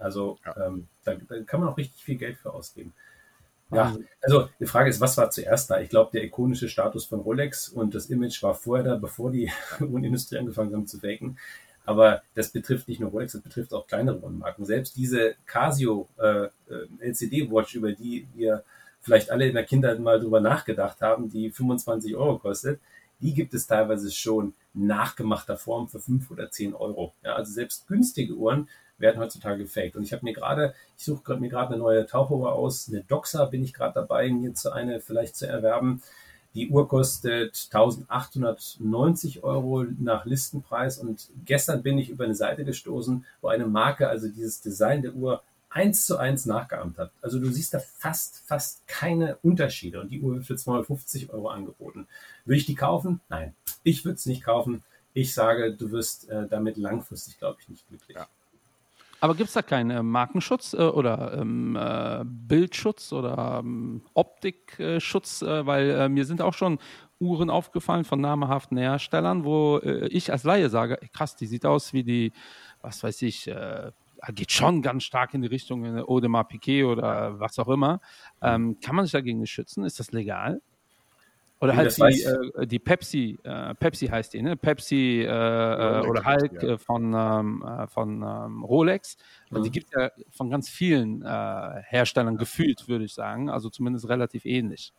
Also Ja. ähm, da, da kann man auch richtig viel Geld für ausgeben. Ja, also die Frage ist, was war zuerst da? Ich glaube, der ikonische Status von Rolex und das Image war vorher da, bevor die Uhrenindustrie angefangen haben zu faken. Aber das betrifft nicht nur Rolex, das betrifft auch kleinere Uhrenmarken. Selbst diese Casio äh, L C D-Watch, über die wir vielleicht alle in der Kindheit mal drüber nachgedacht haben, die fünfundzwanzig Euro kostet, die gibt es teilweise schon nachgemachter Form für fünf oder zehn Euro. Ja, also selbst günstige Uhren werden heutzutage gefaked. Und ich habe mir gerade, ich suche mir gerade eine neue Taucheruhr aus, eine Doxa bin ich gerade dabei, mir zu eine vielleicht zu erwerben. Die Uhr kostet eintausendachthundertneunzig Euro nach Listenpreis und gestern bin ich über eine Seite gestoßen, wo eine Marke also dieses Design der Uhr eins zu eins nachgeahmt hat. Also du siehst da fast, fast keine Unterschiede und die Uhr wird für zweihundertfünfzig Euro angeboten. Würde ich die kaufen? Nein, ich würde es nicht kaufen. Ich sage, du wirst äh, damit langfristig, glaube ich, nicht glücklich. Ja. Aber gibt es da keinen äh, Markenschutz äh, oder ähm, äh, Bildschutz oder ähm, Optikschutz? Äh, weil äh, mir sind auch schon Uhren aufgefallen von namhaften Herstellern, wo äh, ich als Laie sage, ey, krass, die sieht aus wie die, was weiß ich, äh, geht schon ganz stark in die Richtung äh, Audemars Piguet oder was auch immer. Ähm, kann man sich dagegen nicht schützen? Ist das legal? Oder Nee, halt das die, weiß- äh, die Pepsi, äh, Pepsi heißt die, ne? Pepsi äh, äh, Rolex oder heißt Hulk die, ja. äh, von, ähm, äh, von ähm, Rolex. Also die Mhm. gibt es ja von ganz vielen äh, Herstellern gefühlt, würde ich sagen. Also zumindest relativ ähnlich.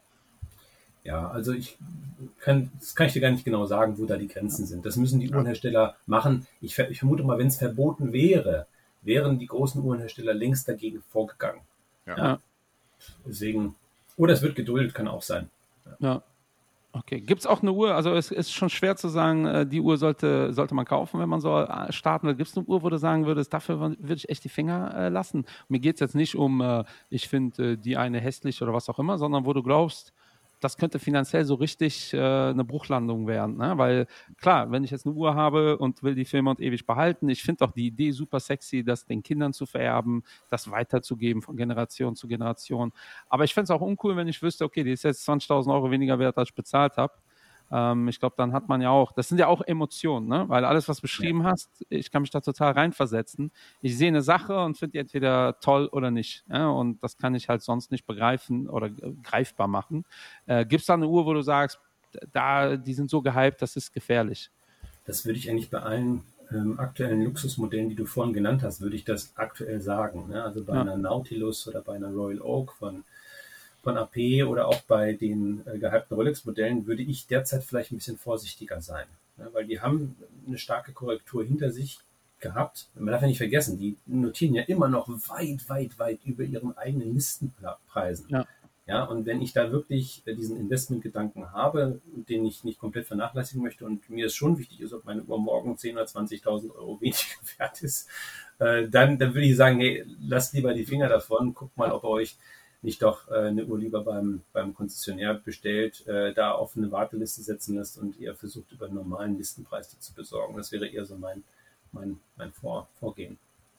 Ja, also ich kann, das kann ich dir gar nicht genau sagen, wo da die Grenzen sind. Das müssen die Ja. Uhrenhersteller machen. Ich, ver- ich vermute mal, wenn es verboten wäre, wären die großen Uhrenhersteller längst dagegen vorgegangen. Ja. Ja, Deswegen, oder es wird geduldet, kann auch sein. ja. Okay. Gibt es auch eine Uhr? Also es ist schon schwer zu sagen, äh, die Uhr sollte, sollte man kaufen, wenn man so äh, starten will. Gibt es eine Uhr, wo du sagen würdest, dafür würde ich echt die Finger äh, lassen? Mir geht es jetzt nicht um, äh, ich finde äh, die eine hässlich oder was auch immer, sondern wo du glaubst, das könnte finanziell so richtig äh, eine Bruchlandung werden. Ne? Weil klar, wenn ich jetzt eine Uhr habe und will die für immer und ewig behalten, ich finde auch die Idee super sexy, das den Kindern zu vererben, das weiterzugeben von Generation zu Generation. Aber ich fände es auch uncool, wenn ich wüsste, okay, die ist jetzt zwanzigtausend Euro weniger wert, als ich bezahlt habe. Ähm, ich glaube, dann hat man ja auch, das sind ja auch Emotionen, ne? Weil alles, was du beschrieben hast, ich kann mich da total reinversetzen. Ich sehe eine Sache und finde die entweder toll oder nicht. Ja? Und das kann ich halt sonst nicht begreifen oder äh, greifbar machen. Äh, Gibt es da eine Uhr, wo du sagst, da, die sind so gehypt, das ist gefährlich? Das würde ich eigentlich bei allen ähm, aktuellen Luxusmodellen, die du vorhin genannt hast, würde ich das aktuell sagen. Ne? Also bei Ja. einer Nautilus oder bei einer Royal Oak von, von A P oder auch bei den äh, gehypten Rolex-Modellen würde ich derzeit vielleicht ein bisschen vorsichtiger sein. Ne? Weil die haben eine starke Korrektur hinter sich gehabt. Man darf ja nicht vergessen, die notieren ja immer noch weit, weit, weit über ihren eigenen Listenpreisen. Ja. Ja, und wenn ich da wirklich äh, diesen Investmentgedanken habe, den ich nicht komplett vernachlässigen möchte und mir es schon wichtig ist, ob meine Uhr morgen zehntausend oder zwanzigtausend Euro weniger wert ist, äh, dann, dann würde ich sagen, hey, lasst lieber die Finger davon, guckt mal, ob ihr euch nicht doch äh, eine Uhr lieber beim, beim Konzessionär bestellt, äh, da auf eine Warteliste setzen lässt und ihr versucht, über einen normalen Listenpreis die zu besorgen. Das wäre eher so mein, mein, mein Vor, Vorgehen.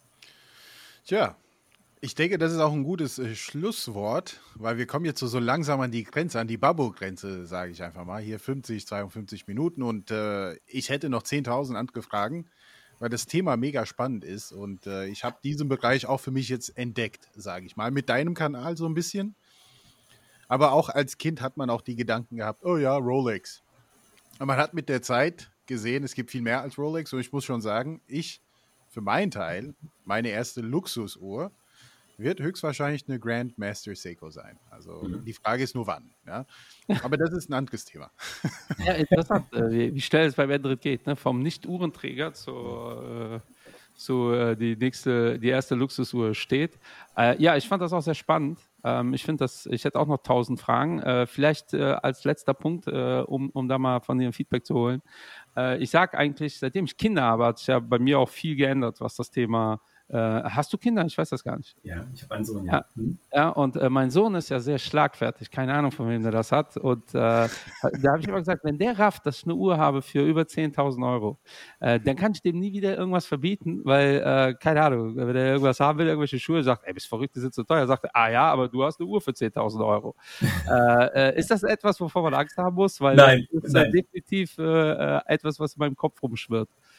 Tja, ich denke, das ist auch ein gutes äh, Schlusswort, weil wir kommen jetzt so, so langsam an die Grenze, an die Babbo-Grenze, sage ich einfach mal. Hier fünfzig, zweiundfünfzig Minuten und äh, ich hätte noch zehntausend andere Fragen, weil das Thema mega spannend ist und äh, ich habe diesen Bereich auch für mich jetzt entdeckt, sage ich mal, mit deinem Kanal so ein bisschen. Aber auch als Kind hat man auch die Gedanken gehabt, oh ja, Rolex. Und man hat mit der Zeit gesehen, es gibt viel mehr als Rolex und ich muss schon sagen, ich für meinen Teil, meine erste Luxusuhr wird höchstwahrscheinlich eine Grandmaster Seiko sein. Also Mhm. die Frage ist nur wann. Ja? Aber das ist ein anderes Thema. Ja, interessant, äh, wie, wie schnell es bei Madrid geht, ne? Vom Nicht-Uhrenträger zu, äh, zu äh, die nächste, die erste Luxusuhr steht. Äh, ja, ich fand das auch sehr spannend. Ähm, ich finde das, ich hätte auch noch tausend Fragen. Äh, vielleicht äh, als letzter Punkt, äh, um, um da mal von dir ein Feedback zu holen. Äh, ich sage eigentlich, seitdem ich Kinder habe, hat sich ja bei mir auch viel geändert, was das Thema. Äh, hast du Kinder? Ich weiß das gar nicht. Ja, ich habe einen Sohn. Ja. Ja. Hm? Ja, und äh, mein Sohn ist ja sehr schlagfertig, keine Ahnung, von wem der das hat. Und äh, da habe ich immer gesagt, wenn der rafft, dass ich eine Uhr habe für über zehntausend Euro, äh, dann kann ich dem nie wieder irgendwas verbieten, weil, äh, keine Ahnung, wenn er irgendwas haben will, irgendwelche Schuhe, sagt, ey, bist verrückt, die sind so teuer, sagt er, ah ja, aber du hast eine Uhr für zehntausend Euro. äh, äh, ist das etwas, wovor man Angst haben muss? Weil Nein, das ist nein. Äh, definitiv äh, etwas, was in meinem Kopf rumschwirrt.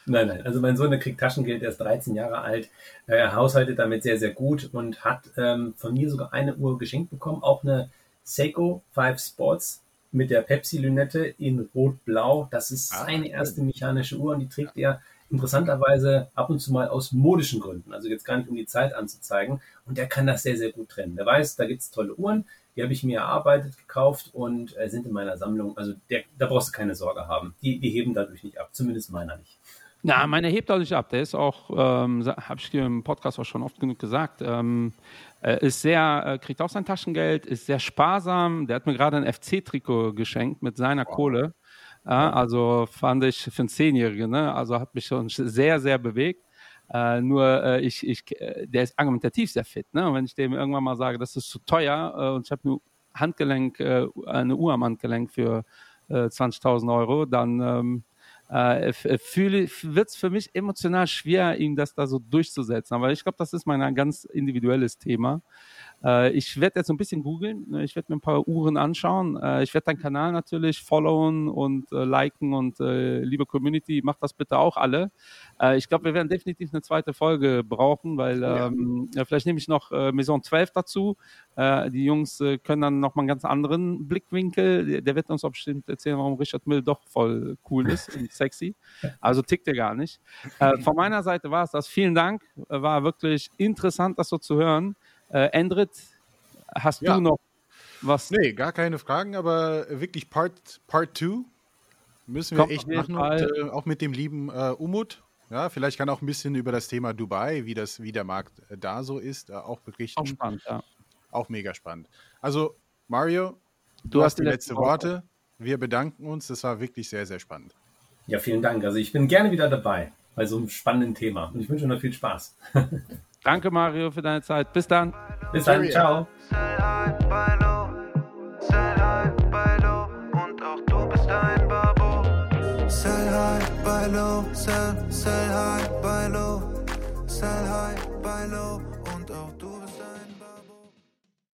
Nein, nein. Also mein Sohn, der kriegt Taschengeld, der ist dreizehn Jahre alt. Er haushaltet damit sehr, sehr gut und hat ähm, von mir sogar eine Uhr geschenkt bekommen. Auch eine Seiko Five Sports mit der Pepsi-Lünette in Rot-Blau. Das ist Ah, seine cool. erste mechanische Uhr und die trägt er interessanterweise ab und zu mal aus modischen Gründen. Also jetzt gar nicht, um die Zeit anzuzeigen. Und der kann das sehr, sehr gut trennen. Der weiß, da gibt's tolle Uhren. Die habe ich mir erarbeitet, gekauft und äh, sind in meiner Sammlung. Also der, da brauchst du keine Sorge haben. Die, die heben dadurch nicht ab. Zumindest meiner nicht. Na, meine hebt dadurch ab. Der ist auch, ähm, habe ich dir im Podcast auch schon oft genug gesagt, ähm, äh, ist sehr, äh, kriegt auch sein Taschengeld, ist sehr sparsam. Der hat mir gerade ein F C-Trikot geschenkt mit seiner Wow. Kohle. Ja, also fand ich für einen Zehnjährigen, ne? Also hat mich schon sehr, sehr bewegt. Äh, nur äh, ich, ich, äh, der ist argumentativ sehr fit. Ne? Und wenn ich dem irgendwann mal sage, das ist zu teuer äh, und ich habe eine Handgelenk, äh, eine Uhr am Handgelenk für äh, zwanzigtausend Euro, dann ähm, äh, wird es für mich emotional schwer, ihm das da so durchzusetzen. Aber ich glaube, das ist mein ein ganz individuelles Thema. Äh, ich werde jetzt so ein bisschen googeln. Ich werde mir ein paar Uhren anschauen. Äh, ich werde deinen Kanal natürlich followen und äh, liken. Und äh, liebe Community, macht das bitte auch alle. Äh, ich glaube, wir werden definitiv eine zweite Folge brauchen, weil Ja. ähm, ja, vielleicht nehme ich noch äh, Maison zwölf dazu. Äh, die Jungs äh, können dann nochmal einen ganz anderen Blickwinkel. Der, der wird uns auch bestimmt erzählen, warum Richard Mille doch voll cool ist und sexy. Also tickt er gar nicht. Äh, von meiner Seite war es das. Vielen Dank. War wirklich interessant, das so zu hören. Äh, Endrit, hast Ja. du noch was? Nee, gar keine Fragen, aber wirklich Part Part two müssen wir Kommt echt auf jeden machen. Fall. Und, äh, auch mit dem lieben äh, Umut. Ja, vielleicht kann er auch ein bisschen über das Thema Dubai, wie, das, wie der Markt äh, da so ist, äh, auch berichten. Auch spannend, ja. Auch mega spannend. Also, Mario, du, Du hast hast die die letzten letzten Worte. Worte. Wir bedanken uns. Das war wirklich sehr, sehr spannend. Ja, vielen Dank. Also ich bin gerne wieder dabei bei so einem spannenden Thema. Und ich wünsche noch viel Spaß. Danke, Mario, für deine Zeit. Bis dann. Bis dann. Cheerio. Ciao. Sell high, buy low. Sell high, buy low. Und auch du bist ein Babo. Sell high, buy low. Sell, sell high, buy low. Sell high.